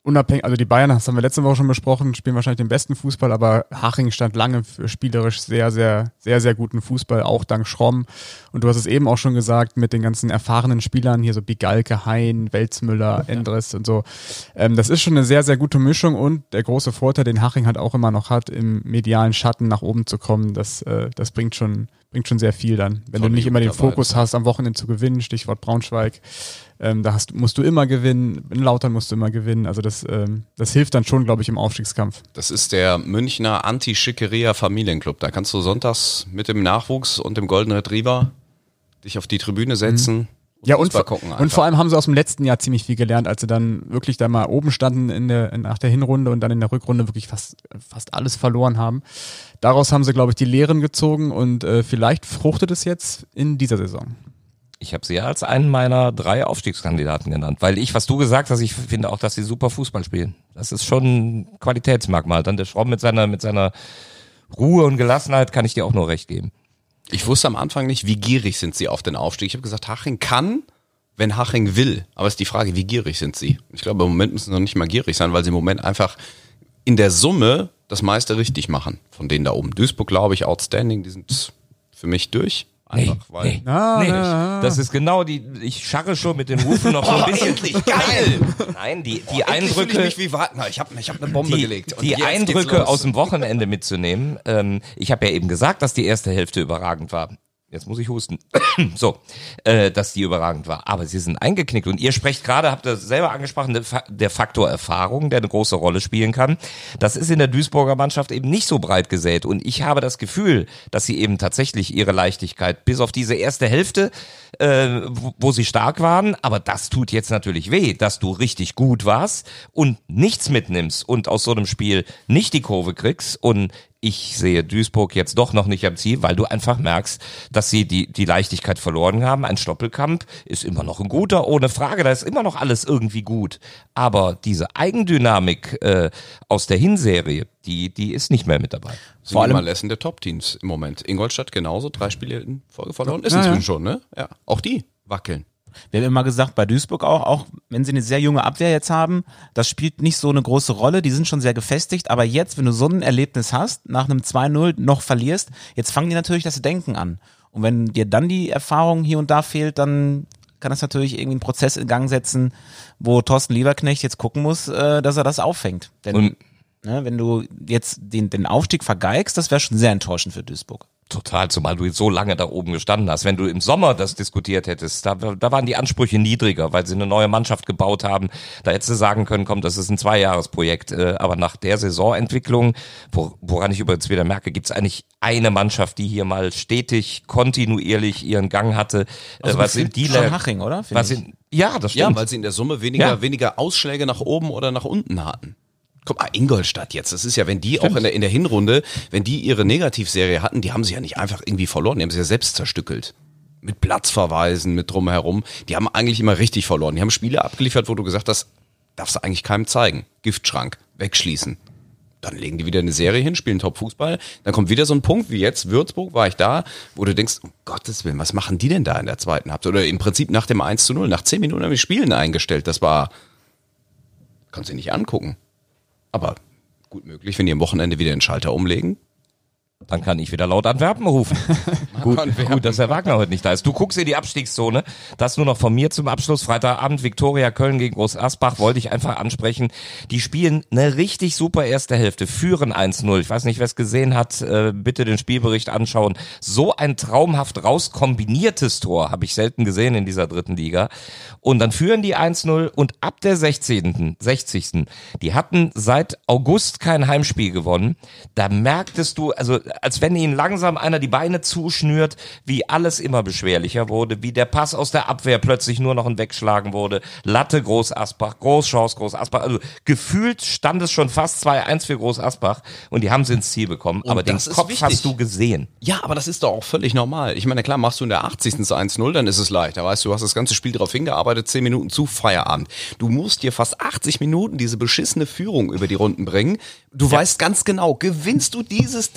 unabhängig, also die Bayern, das haben wir letzte Woche schon besprochen, spielen wahrscheinlich den besten Fußball, aber Haching stand lange für spielerisch sehr, sehr, sehr, sehr guten Fußball, auch dank Schromm. Und du hast es eben auch schon gesagt, mit den ganzen erfahrenen Spielern, hier so Bigalke, Hein, Welzmüller, Endres und so. Ähm, das ist schon eine sehr, sehr gute Mischung und der große Vorteil, den Haching halt auch immer noch hat, im medialen Schatten nach oben zu kommen, das, äh, das bringt schon, bringt schon sehr viel dann. Wenn Tolle du nicht immer den Jugendarbeit. Fokus hast, am Wochenende zu gewinnen, Stichwort Braunschweig, ähm, da hast, musst du immer gewinnen, in Lautern musst du immer gewinnen, also das, ähm, das hilft dann schon, glaube ich, im Aufstiegskampf. Das ist der Münchner Anti-Schickeria Familienclub. Da kannst du sonntags mit dem Nachwuchs und dem Golden Retriever dich auf die Tribüne setzen. Ja, und, Fußball vor- gucken und vor allem haben sie aus dem letzten Jahr ziemlich viel gelernt, als sie dann wirklich da mal oben standen in der, nach der Hinrunde und dann in der Rückrunde wirklich fast, fast alles verloren haben. Daraus haben sie, glaube ich, die Lehren gezogen und äh, vielleicht fruchtet es jetzt in dieser Saison. Ich habe sie ja als einen meiner drei Aufstiegskandidaten genannt, weil ich, was du gesagt hast, ich finde auch, dass sie super Fußball spielen. Das ist schon ein Qualitätsmerkmal. Dann der Schromm mit seiner, mit seiner Ruhe und Gelassenheit kann ich dir auch nur recht geben. Ich wusste am Anfang nicht, wie gierig sind sie auf den Aufstieg. Ich habe gesagt, Haching kann, wenn Haching will. Aber es ist die Frage, wie gierig sind sie? Ich glaube, im Moment müssen sie noch nicht mal gierig sein, weil sie im Moment einfach in der Summe das meiste richtig machen. Von denen da oben. Duisburg, glaube ich, outstanding. Die sind für mich durch. Einfach, weil nee, Ah, nee, ah, das ist genau die, ich scharre schon mit den Hufen noch so ein bisschen. endlich, geil! Nein, die, die Endlich fühle Eindrücke, ich mich wie Wagner. Ich habe ich hab eine Bombe die, gelegt. Und die jetzt geht's Eindrücke los. aus dem Wochenende mitzunehmen. Ähm, ich habe ja eben gesagt, dass die erste Hälfte überragend war. Jetzt muss ich husten. So, äh, dass die überragend war. Aber sie sind eingeknickt. Und ihr sprecht gerade, habt ihr selber angesprochen, der, Fa- der Faktor Erfahrung, der eine große Rolle spielen kann. Das ist in der Duisburger Mannschaft eben nicht so breit gesät. Und ich habe das Gefühl, dass sie eben tatsächlich ihre Leichtigkeit bis auf diese erste Hälfte, äh, wo, wo sie stark waren, aber das tut jetzt natürlich weh, dass du richtig gut warst und nichts mitnimmst und aus so einem Spiel nicht die Kurve kriegst. Und ich sehe Duisburg jetzt doch noch nicht am Ziel, weil du einfach merkst, dass sie die, die Leichtigkeit verloren haben. Ein Stoppelkamp ist immer noch ein guter, ohne Frage, da ist immer noch alles irgendwie gut. Aber diese Eigendynamik äh, aus der Hinserie, die, die ist nicht mehr mit dabei. Sind Vor allem- die Malessen der Top-Teams im Moment. Ingolstadt genauso, drei Spiele in Folge verloren. Ist Ja, inzwischen ja. schon, ne? Ja. Auch die wackeln. Wir haben immer gesagt, bei Duisburg auch, auch wenn sie eine sehr junge Abwehr jetzt haben, das spielt nicht so eine große Rolle, die sind schon sehr gefestigt, aber jetzt, wenn du so ein Erlebnis hast, nach einem zwei null noch verlierst, jetzt fangen die natürlich das Denken an. Und wenn dir dann die Erfahrung hier und da fehlt, dann kann das natürlich irgendwie einen Prozess in Gang setzen, wo Thorsten Lieberknecht jetzt gucken muss, äh, dass er das auffängt. Denn Und ne, wenn du jetzt den, den Aufstieg vergeigst, das wäre schon sehr enttäuschend für Duisburg. Total, zumal du jetzt so lange da oben gestanden hast. Wenn du im Sommer das diskutiert hättest, da, da waren die Ansprüche niedriger, weil sie eine neue Mannschaft gebaut haben. Da hättest du sagen können, komm, das ist ein Zweijahresprojekt. Äh, aber nach der Saisonentwicklung, wo, woran ich übrigens wieder merke, gibt es eigentlich eine Mannschaft, die hier mal stetig, kontinuierlich ihren Gang hatte. Also äh, was in die schon Haching, oder? Finde was ich. in, ja, das Ja, stimmt. weil sie in der Summe weniger, Ja. weniger Ausschläge nach oben oder nach unten hatten. Guck mal, Ingolstadt jetzt, das ist ja, wenn die auch in der, in der Hinrunde, wenn die ihre Negativserie hatten, die haben sie ja nicht einfach irgendwie verloren, die haben sie ja selbst zerstückelt. Mit Platzverweisen, mit drumherum. Die haben eigentlich immer richtig verloren. Die haben Spiele abgeliefert, wo du gesagt hast, darfst du eigentlich keinem zeigen. Giftschrank, wegschließen. Dann legen die wieder eine Serie hin, spielen Top-Fußball. Dann kommt wieder so ein Punkt, wie jetzt, Würzburg war ich da, wo du denkst, um Gottes Willen, was machen die denn da in der zweiten Halbzeit? Oder im Prinzip nach dem eins zu null, nach zehn Minuten haben die Spielen eingestellt. Das war, kannst du nicht angucken. Aber gut möglich, wenn die am Wochenende wieder den Schalter umlegen. Dann kann ich wieder laut Antwerpen rufen. gut, Antwerpen. gut, dass der Wagner heute nicht da ist. Du guckst in die Abstiegszone. Das nur noch von mir zum Abschluss. Freitagabend Viktoria Köln gegen Groß Asbach wollte ich einfach ansprechen. Die spielen eine richtig super erste Hälfte, führen eins null. Ich weiß nicht, wer es gesehen hat, äh, bitte den Spielbericht anschauen. So ein traumhaft rauskombiniertes Tor habe ich selten gesehen in dieser dritten Liga. Und dann führen die eins null und ab der sechzehnten sechzigsten Die hatten seit August kein Heimspiel gewonnen. Da merktest du, also als wenn ihnen langsam einer die Beine zuschnürt, wie alles immer beschwerlicher wurde, wie der Pass aus der Abwehr plötzlich nur noch ein Wegschlagen wurde. Latte Groß Asbach, Großchance Groß Asbach. Also gefühlt stand es schon fast zwei eins für Groß Asbach und die haben sie ins Ziel bekommen. Und Aber den das ist Kopf wichtig. hast du gesehen. Ja, aber das ist doch auch völlig normal. Ich meine, klar, machst du in der achtzigsten zu eins null, dann ist es leicht. Da weißt du, du hast das ganze Spiel drauf hingearbeitet, zehn Minuten zu Feierabend. Du musst dir fast achtzig Minuten diese beschissene Führung über die Runden bringen. Du weißt ganz genau, gewinnst du dieses Ding nicht,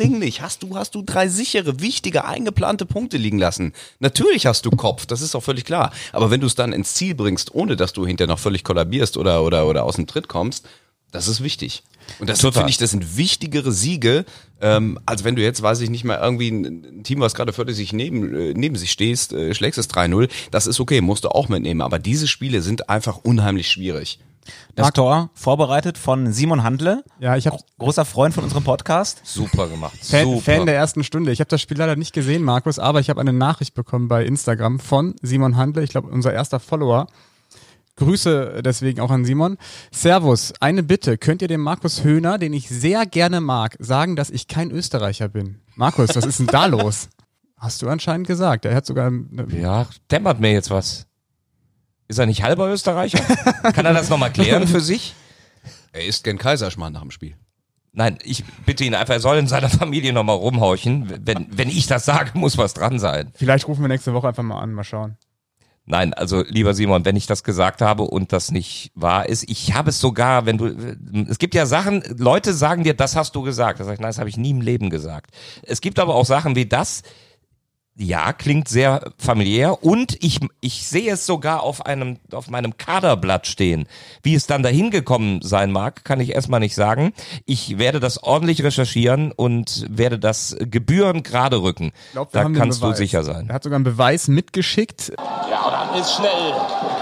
hast du, hast du drei sichere, wichtige, eingeplante Punkte liegen lassen. Natürlich hast du Kopf, das ist auch völlig klar. Aber wenn du es dann ins Ziel bringst, ohne dass du hinterher noch völlig kollabierst oder, oder, oder aus dem Tritt kommst, das ist wichtig. Und das finde ich, das sind wichtigere Siege, ähm, als wenn du jetzt, weiß ich nicht mal, irgendwie ein, ein Team, was gerade für sich neben, äh, neben sich stehst, äh, schlägst es drei null. Das ist okay, musst du auch mitnehmen. Aber diese Spiele sind einfach unheimlich schwierig. Das Marc, Tor vorbereitet von Simon Handle. Ja, ich habe großer Freund von unserem Podcast. Super gemacht. Fan, Super. Fan der ersten Stunde. Ich habe das Spiel leider nicht gesehen, Markus, aber ich habe eine Nachricht bekommen bei Instagram von Simon Handle, ich glaube unser erster Follower. Grüße deswegen auch an Simon. Servus, eine Bitte. Könnt ihr dem Markus Höhner, den ich sehr gerne mag, sagen, dass ich kein Österreicher bin? Markus, was ist denn da los? Hast du anscheinend gesagt. Er hat sogar... Eine Ja, dämmert mir jetzt was. Ist er nicht halber Österreicher? Kann er das nochmal klären für sich? Er isst gern Kaiserschmarrn nach dem Spiel. Nein, ich bitte ihn einfach, er soll in seiner Familie nochmal rumhorchen. Wenn, wenn ich das sage, muss was dran sein. Vielleicht rufen wir nächste Woche einfach mal an, mal schauen. Nein, also lieber Simon, wenn ich das gesagt habe und das nicht wahr ist, ich habe es sogar, wenn du, es gibt ja Sachen, Leute sagen dir, das hast du gesagt. Da sag ich, nein, das habe ich nie im Leben gesagt. Es gibt aber auch Sachen wie das, ja, klingt sehr familiär und ich, ich sehe es sogar auf einem, auf meinem Kaderblatt stehen. Wie es dann dahin gekommen sein mag, kann ich erstmal nicht sagen. Ich werde das ordentlich recherchieren und werde das gebührend gerade rücken. Ich glaub, wir da haben den kannst du Beweis. sicher sein. Er hat sogar einen Beweis mitgeschickt. Ja, und dann ist schnell.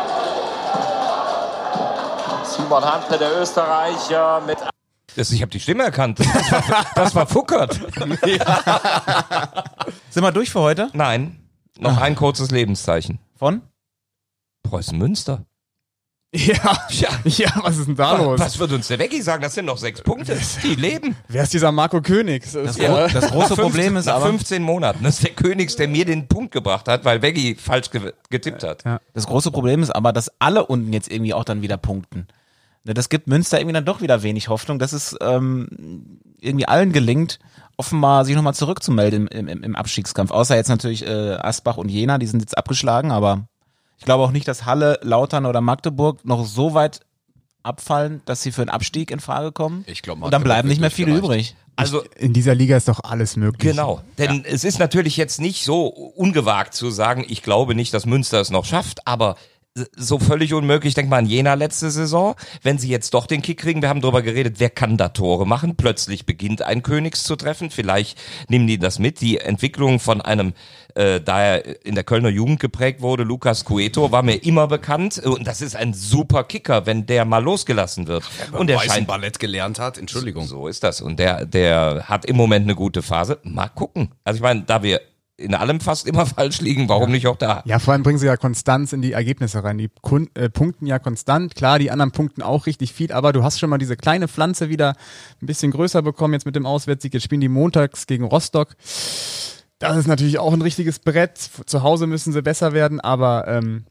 Simon Handle, der Österreicher, mit... Das, ich habe die Stimme erkannt. Das war, das war Fuckert. Sind wir durch für heute? Nein, noch ein kurzes Lebenszeichen. Von? Preußen Münster. Ja, Ja. ja, was ist denn da Was, los? was wird uns der Weggi sagen? Das sind noch sechs Punkte. Die leben. Wer ist dieser Marco König? Das Das, ist, gro ja. das große Problem ist nach aber, fünfzehn Monaten. Das ist der Königs, der mir den Punkt gebracht hat, weil Weggi falsch ge getippt hat. Ja. das große Problem ist aber, dass alle unten jetzt irgendwie auch dann wieder punkten. Ne, Das gibt Münster irgendwie dann doch wieder wenig Hoffnung, dass es ähm, irgendwie allen gelingt, offenbar sich nochmal zurückzumelden im, im, im Abstiegskampf. Außer jetzt natürlich äh, Asbach und Jena, die sind jetzt abgeschlagen, aber ich glaube auch nicht, dass Halle, Lautern oder Magdeburg noch so weit abfallen, dass sie für einen Abstieg in Frage kommen. Ich glaube, Und dann bleiben nicht mehr viele übrig. Also In dieser Liga ist doch alles möglich. genau, denn es ist natürlich jetzt nicht so ungewagt zu sagen, ich glaube nicht, dass Münster es noch schafft, aber so völlig unmöglich. Denk mal an Jena letzte Saison. Wenn sie jetzt doch den Kick kriegen, wir haben darüber geredet, wer kann da Tore machen? Plötzlich beginnt ein Königs zu treffen. Vielleicht nehmen die das mit. Die Entwicklung von einem, äh, da er in der Kölner Jugend geprägt wurde, Lucas Cueto, war mir immer bekannt. Und das ist ein super Kicker, wenn der mal losgelassen wird. Und der scheint Ballett gelernt hat, Entschuldigung. So ist das. Und der, der hat im Moment eine gute Phase. Mal gucken. Also ich meine, da wir in allem fast immer falsch liegen, warum nicht auch da? Ja, vor allem bringen sie ja Konstanz in die Ergebnisse rein. Die Kun äh, punkten ja konstant. Klar, die anderen punkten auch richtig viel, aber du hast schon mal diese kleine Pflanze wieder ein bisschen größer bekommen jetzt mit dem Auswärtssieg. Jetzt spielen die montags gegen Rostock. Das ist natürlich auch ein richtiges Brett. Zu Hause müssen sie besser werden, aber ähm,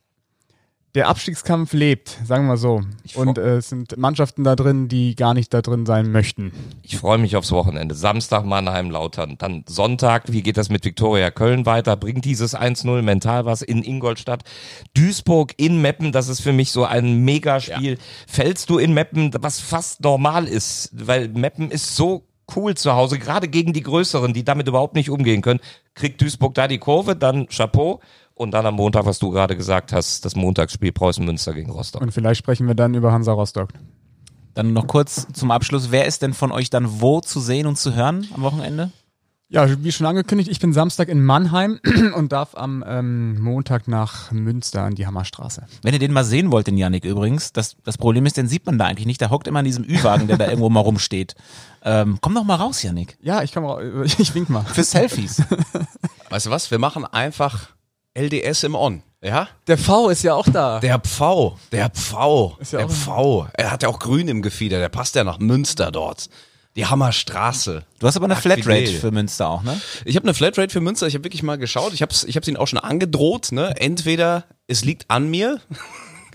der Abstiegskampf lebt, sagen wir so. Und äh, es sind Mannschaften da drin, die gar nicht da drin sein möchten. Ich freue mich aufs Wochenende. Samstag Mannheim, Lautern. Dann Sonntag, wie geht das mit Viktoria Köln weiter? Bringt dieses eins null mental was in Ingolstadt? Duisburg in Meppen, das ist für mich so ein Megaspiel. Ja. Fällst du in Meppen, was fast normal ist, weil Meppen ist so cool zu Hause, gerade gegen die Größeren, die damit überhaupt nicht umgehen können. Kriegt Duisburg da die Kurve, dann Chapeau. Und dann am Montag, was du gerade gesagt hast, das Montagsspiel Preußen Münster gegen Rostock. Und vielleicht sprechen wir dann über Hansa Rostock. Dann noch kurz zum Abschluss. Wer ist denn von euch dann wo zu sehen und zu hören am Wochenende? Ja, wie schon angekündigt, ich bin Samstag in Mannheim und darf am ähm, Montag nach Münster an die Hammerstraße. Wenn ihr den mal sehen wollt, den Yannick übrigens, das, das Problem ist, den sieht man da eigentlich nicht. Der hockt immer in diesem Ü-Wagen, der da irgendwo mal rumsteht. Ähm, komm doch mal raus, Yannick. Ja, ich komme, ich wink mal. Für Selfies. Weißt du was? Wir machen einfach L D S im On. Ja? Der V ist ja auch da. Der Pfau. Der Pfau. Ist ja der auch- Pfau. Er hat ja auch grün im Gefieder. Der passt ja nach Münster dort. Die Hammerstraße. Du hast aber eine Ach, Flatrate Fidel. für Münster auch, ne? Ich habe eine Flatrate für Münster. Ich habe wirklich mal geschaut. Ich habe ich hab's ihnen auch schon angedroht. Ne? Entweder es liegt an mir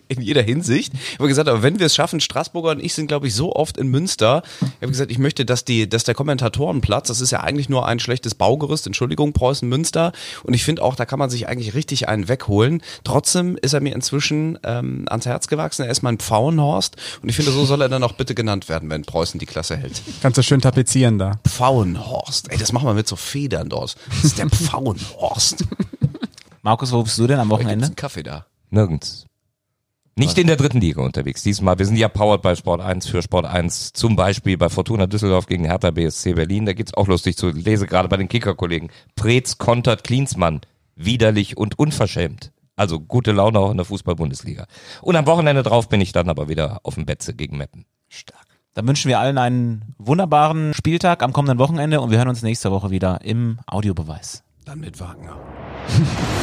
in jeder Hinsicht. Ich habe gesagt, aber wenn wir es schaffen, Straßburger und ich sind, glaube ich, so oft in Münster. Ich habe gesagt, ich möchte, dass die, dass der Kommentatorenplatz, das ist ja eigentlich nur ein schlechtes Baugerüst, Entschuldigung, Preußen Münster. Und ich finde auch, da kann man sich eigentlich richtig einen wegholen. Trotzdem ist er mir inzwischen ähm, ans Herz gewachsen. Er ist mein Pfauenhorst. Und ich finde, so soll er dann auch bitte genannt werden, wenn Preußen die Klasse hält. Kannst du schön tapezieren da. Pfauenhorst. Ey, das machen wir mit so Federn dort. Das ist der Pfauenhorst. Markus, wo bist du denn am Gibt's Wochenende? einen Kaffee da? Nirgends. Nicht in der dritten Liga unterwegs. Diesmal, wir sind ja powered bei Sport eins für Sport eins, zum Beispiel bei Fortuna Düsseldorf gegen Hertha B S C Berlin. Da geht's auch lustig zu. Lese gerade bei den Kicker-Kollegen. Preetz kontert Klinsmann. Widerlich und unverschämt. Also gute Laune auch in der Fußball-Bundesliga. Und am Wochenende drauf bin ich dann aber wieder auf dem Betze gegen Meppen. Stark. Dann wünschen wir allen einen wunderbaren Spieltag am kommenden Wochenende und wir hören uns nächste Woche wieder im Audiobeweis. Dann mit Wagner.